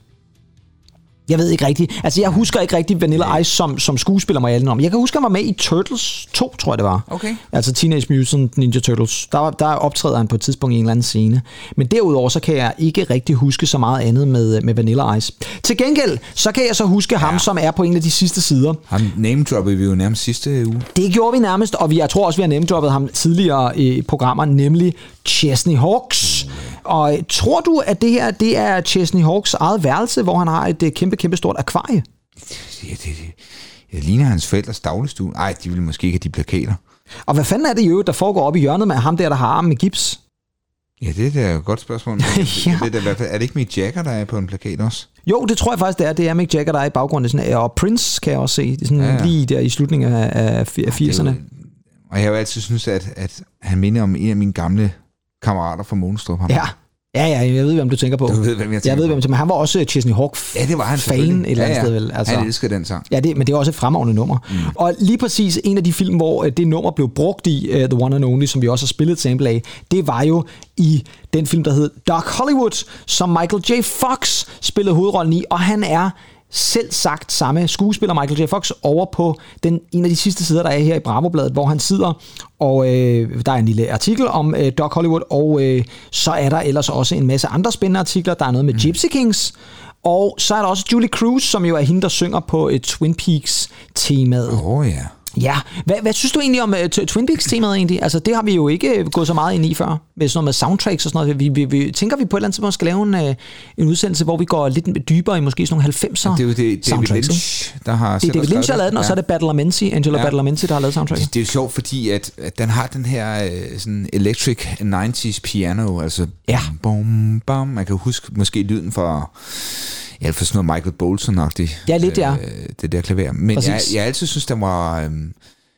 Jeg ved ikke rigtigt. Altså, jeg husker ikke rigtigt Vanilla Ice som, som skuespiller, må jeg alene om. Jeg kan huske, han var med i Turtles to, tror jeg det var. Okay. Altså Teenage Mutant Ninja Turtles. Der, der optræder han på et tidspunkt i en eller anden scene. Men derudover, så kan jeg ikke rigtig huske så meget andet med, med Vanilla Ice. Til gengæld, så kan jeg så huske ja. ham, som er på en af de sidste sider. Ham name-droppede vi jo nærmest sidste uge. Det gjorde vi nærmest, og vi, jeg tror også, vi har name-droppet ham tidligere i programmer, nemlig Chesney Hawks. Og tror du, at det her, det er Chesney Hawks eget værelse, hvor han har et kæmpe, kæmpe stort akvarie? Det, det, det, det ligner hans forældres dagligstue. Ej, de vil måske ikke have de plakater. Og hvad fanden er det jo, der foregår oppe i hjørnet med ham der, der har armen med gips? Ja, det er da et godt spørgsmål. ja. det er, da, er det ikke Mick Jagger, der er på en plakat også? Jo, det tror jeg faktisk, det er. Det er Mick Jagger, der er i baggrunden. Sådan, og Prince kan jeg også se. Det er sådan ja, ja. Lige der i slutningen af, af firserne. Og jeg har jo altid syntes, at, at han minder om en af mine gamle kammerater fra Månestrup. Ja. Ja, ja, jeg ved, hvem du tænker på. Du ved, hvem jeg tænker jeg ved, på. hvem, men han var også Chesney Hawk ja, det var han fan et eller andet ja, ja. sted, vel? Altså, han elsker den sang. Ja, det, men det er også et fremragende nummer. Mm. Og lige præcis en af de film, hvor det nummer blev brugt i, uh, The One and Only, som vi også har spillet sample af, det var jo i den film, der hed Doc Hollywood, som Michael J. Fox spillede hovedrollen i, og han er selv sagt samme skuespiller, Michael J. Fox, over på den, en af de sidste sider, der er her i Bravo-bladet, hvor han sidder, og øh, der er en lille artikel om øh, Doc Hollywood, og øh, så er der ellers også en masse andre spændende artikler. Der er noget med mm. Gypsy Kings, og så er der også Julie Cruz, som jo er hende, der synger på et Twin Peaks-temaet. Åh oh, ja. Ja, hvad, hvad synes du egentlig om uh, Twin Peaks-temaet egentlig? Altså, det har vi jo ikke gået så meget ind i før, med sådan noget med soundtracks og sådan noget. Vi, vi, vi, tænker vi på et eller andet tidspunkt skal lave en, uh, en udsendelse, hvor vi går lidt dybere i måske sådan nogle halvfemser det er jo det, David Lynch, der har det er David Lynch, der har lavet den, og så er det Badalamenti, Angelo ja. Badalamenti, der har lavet soundtrack. Det, det er jo sjovt, fordi at, at den har den her uh, sådan electric nineties piano, altså ja. bum, bum, man kan huske måske lyden fra ja, for sådan noget Michael Bolton-agtigt. Ja, lidt, ja. Øh, det der klaver. Men jeg, jeg altid synes, den var... Øhm,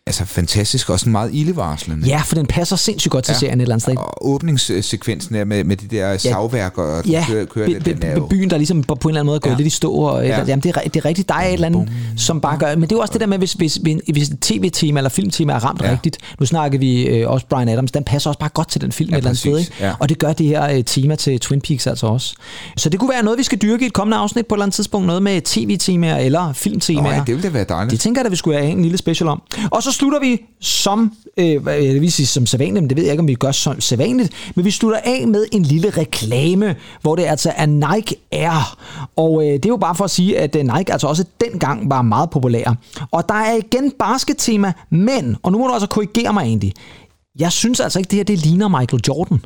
altså fantastisk, også meget ildevarslende. Ja, for den passer sindssygt godt til ja. serien et eller andet sted. Og åbningssekvensen der med, med de der savværker, og ja, kører, kører be, be, be, jo... byen, der ligesom på en eller anden måde er gået ja. lidt i stå. Og, ja. Jamen, det, er, det er rigtigt, der er et eller andet, som bare gør... Men det er jo også det der med, hvis, hvis, hvis et tv-tema eller filmtema er ramt ja. rigtigt. Nu snakker vi øh, også Bryan Adams, den passer også bare godt til den film ja, et eller andet sted. Ikke? Ja. Og det gør det her øh, tema til Twin Peaks altså også. Så det kunne være noget, vi skal dyrke i et kommende afsnit på et eller andet tidspunkt. Noget med tv-temaer eller filmtemaer. Ja, det ville da være dejligt. Det tænker jeg, at vi skulle have en lille special om. Og så slutter vi som, øh, det vil sige som sædvanligt, men det ved jeg ikke, om vi gør som sædvanligt, men vi slutter af med en lille reklame, hvor det altså er Nike Air. Og øh, det er jo bare for at sige, at øh, Nike altså også dengang var meget populær. Og der er igen baskettema, men, og nu må du altså korrigere mig egentlig, jeg synes altså ikke, det her det ligner Michael Jordan.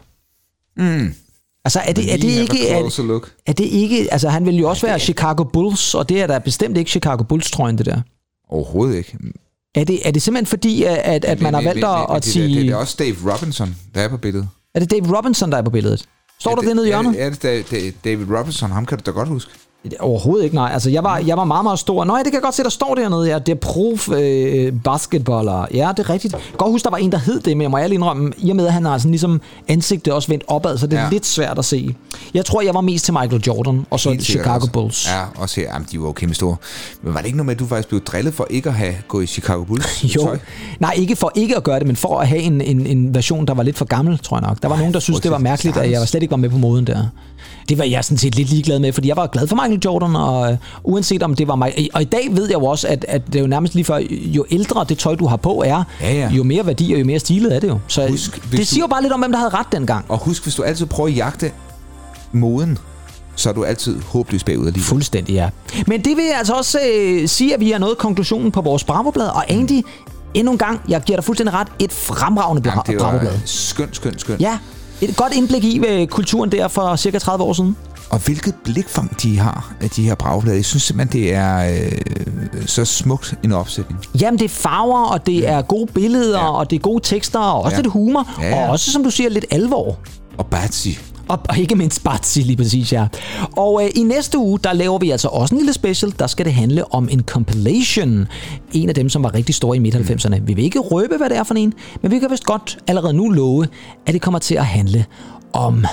Mm. Altså er det, er det ikke er, er det ikke altså han vil jo også være Chicago Bulls, og det er da bestemt ikke Chicago Bulls trøjen det der. Overhovedet ikke. Er det, er det simpelthen fordi, at, at man men, har valgt men, men, at sige... Det, det, det er også Dave Robinson, der er på billedet. Er det Dave Robinson, der er på billedet? Står ja, der det nede i hjørnet? Ja, det er David Robinson, ham kan du da godt huske. Overhovedet ikke, nej. Altså, jeg var, jeg var meget, meget stor. Nå ja, det kan jeg godt se, der står dernede. Ja, det er prof øh, basketballer. Ja, det er rigtigt. Jeg kan godt huske, der var en, der hed det, men jeg må ærlig indrømme, i og med, at han har sådan ligesom ansigtet også vendt opad, så det er ja. lidt svært at se. Jeg tror, jeg var mest til Michael Jordan, og så helt Chicago også. Bulls. Ja, også her. Jamen, de var jo kæmpe store. Men var det ikke noget med, at du faktisk blev drillet for ikke at have gået i Chicago Bulls? Jo. Tøj? Nej, ikke for ikke at gøre det, men for at have en, en, en version, der var lidt for gammel, tror jeg nok. Der var Ej, nogen, der synes det var mærkeligt, at jeg slet ikke var med på moden der. Det var jeg sådan set lidt ligeglad med, fordi jeg var glad for Michael Jordan, og uh, uanset om det var mig. Og i dag ved jeg jo også, at, at det er jo nærmest lige før, jo ældre det tøj, du har på er, ja, ja. jo mere værdi og jo mere stilet er det jo. Så husk, det siger du... jo bare lidt om, hvem der havde ret dengang. Og husk, hvis du altid prøver at jagte moden, så er du altid håbløst bagud alligevel. Fuldstændig, ja. Men det vil jeg altså også øh, sige, at vi har nået konklusionen på vores Bravo-blad, og Andy, endnu en gang, jeg giver dig fuldstændig ret, et fremragende Bravo-blad. Skønt, skønt, skønt. Ja. Et godt indblik i ved kulturen der for cirka tredive år siden. Og hvilket blikfang de har, de her bragblade. Jeg synes simpelthen, det er øh, så smukt en opsætning. Jamen, det er farver, og det er gode billeder, ja. og det er gode tekster, og også ja. lidt humor, ja, ja. og også, som du siger, lidt alvor. Og Batsy. Og, og ikke mindst Batsy, lige præcis, ja. Og øh, i næste uge, der laver vi altså også en lille special. Der skal det handle om en compilation. En af dem, som var rigtig store i midt halvfemserne. Mm. Vi vil ikke røbe, hvad det er for en, men vi kan vist godt allerede nu love, at det kommer til at handle om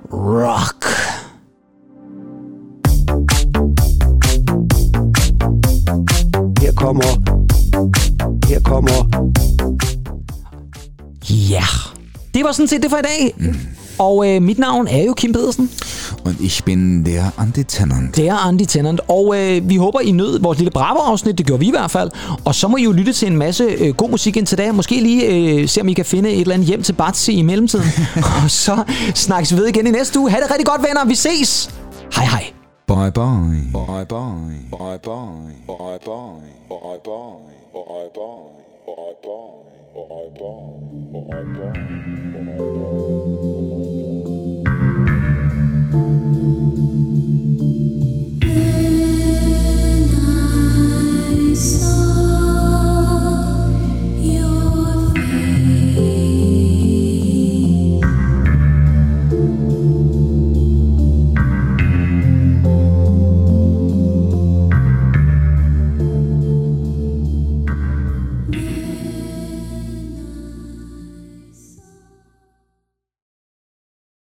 rock. Her kommer... Her kommer... Ja, det var sådan set det for i dag. Mm. Og øh, mit navn er jo Kim Pedersen. Og ich bin der Andy Tennant. Det er Andy Tennant. Og øh, vi håber, I nød vores lille Bravo-afsnit. Det gjorde vi i hvert fald. Og så må I jo lytte til en masse øh, god musik indtil da. Måske lige øh, se, om I kan finde et eller andet hjem til Batsy i mellemtiden. Og så snakkes vi ved igen i næste uge. Ha' det rigtig godt, venner. Vi ses. Hej hej. Bye bye. Bye Bye bye. bye. Bye bye. Bye bye. Bye bye. Bye bye. Bye bye. Bye bye. Bye bye.